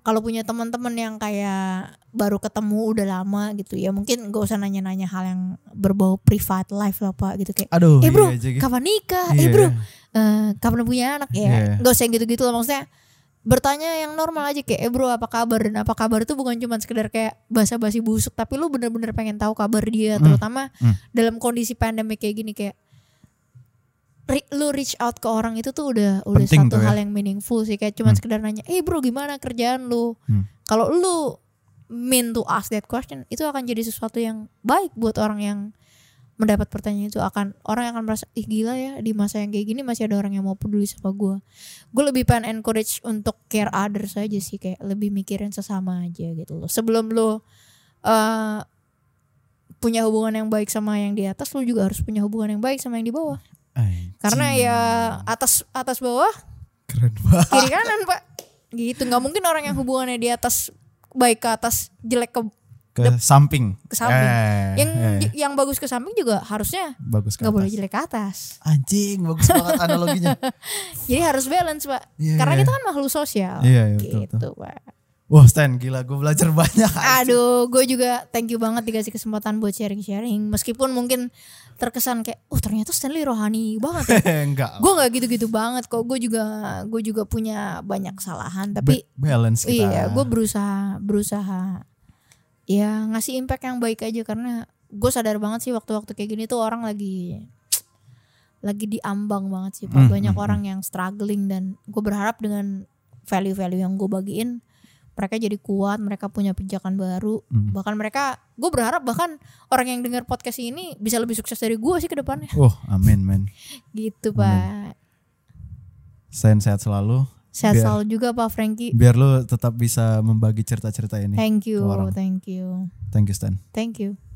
kalau punya teman-teman yang kayak baru ketemu udah lama gitu ya, mungkin gak usah nanya-nanya hal yang berbau private life lah Pak gitu, kayak Aduh, eh bro iya aja gitu. kapan nikah, Iya. eh bro uh, kapan punya anak ya, Iya. gak usah gitu-gitu lah, maksudnya bertanya yang normal aja kayak eh bro apa kabar, dan apa kabar itu bukan cuma sekedar kayak basa-basi busuk, tapi lu bener-bener pengen tahu kabar dia, Hmm. terutama Hmm. dalam kondisi pandemi kayak gini, kayak Re- lu reach out ke orang itu tuh udah udah Penting satu tuh ya. hal yang meaningful sih, kayak cuman Hmm. sekedar nanya, eh bro gimana kerjaan lu, Hmm. kalau lu mean to ask that question, itu akan jadi sesuatu yang baik buat orang yang mendapat pertanyaan itu, akan orang yang akan merasa ih gila ya, di masa yang kayak gini masih ada orang yang mau peduli sama gue. Gue lebih pengen encourage untuk care others aja sih, kayak lebih mikirin sesama aja gitu loh. Sebelum lu uh, punya hubungan yang baik sama yang di atas, lu juga harus punya hubungan yang baik sama yang di bawah. Anjing. Karena ya atas atas bawah, Keren banget. kiri kanan Pak. Gitu, nggak mungkin orang yang hubungannya di atas baik ke atas, jelek ke Ke samping. ke samping. Eh, yang eh, yang bagus ke samping juga harusnya bagus ke nggak boleh atas. jelek ke atas. Anjing, bagus banget analoginya. Jadi harus balance Pak. Iya, Karena iya. kita kan makhluk sosial. Iya, iya, betul, Gitu Pak. Wah, Stan, gila gue belajar banyak. Aduh, gue juga thank you banget dikasih kesempatan buat sharing-sharing. Meskipun mungkin terkesan kayak, oh ternyata Stanley rohani banget ya. Enggak. Gue nggak gitu-gitu banget kok. Gue juga gue juga punya banyak kesalahan. Tapi Ba- balance kita. iya, gue berusaha berusaha ya ngasih impact yang baik aja, karena gue sadar banget sih waktu-waktu kayak gini tuh orang lagi lagi diambang banget sih Pak. Hmm, Banyak hmm, orang yang struggling, dan gue berharap dengan value-value yang gue bagiin, mereka jadi kuat, mereka punya pijakan baru. Hmm. Bahkan mereka, gue berharap bahkan orang yang dengar podcast ini bisa lebih sukses dari gue sih ke depannya. Oh, amin, men. Gitu Pak. Stan sehat selalu. Sehat Biar- selalu juga Pak Frankie. Biar lu tetap bisa membagi cerita-cerita ini. Thank you, ke orang. thank you, Thank you, Stan. thank you.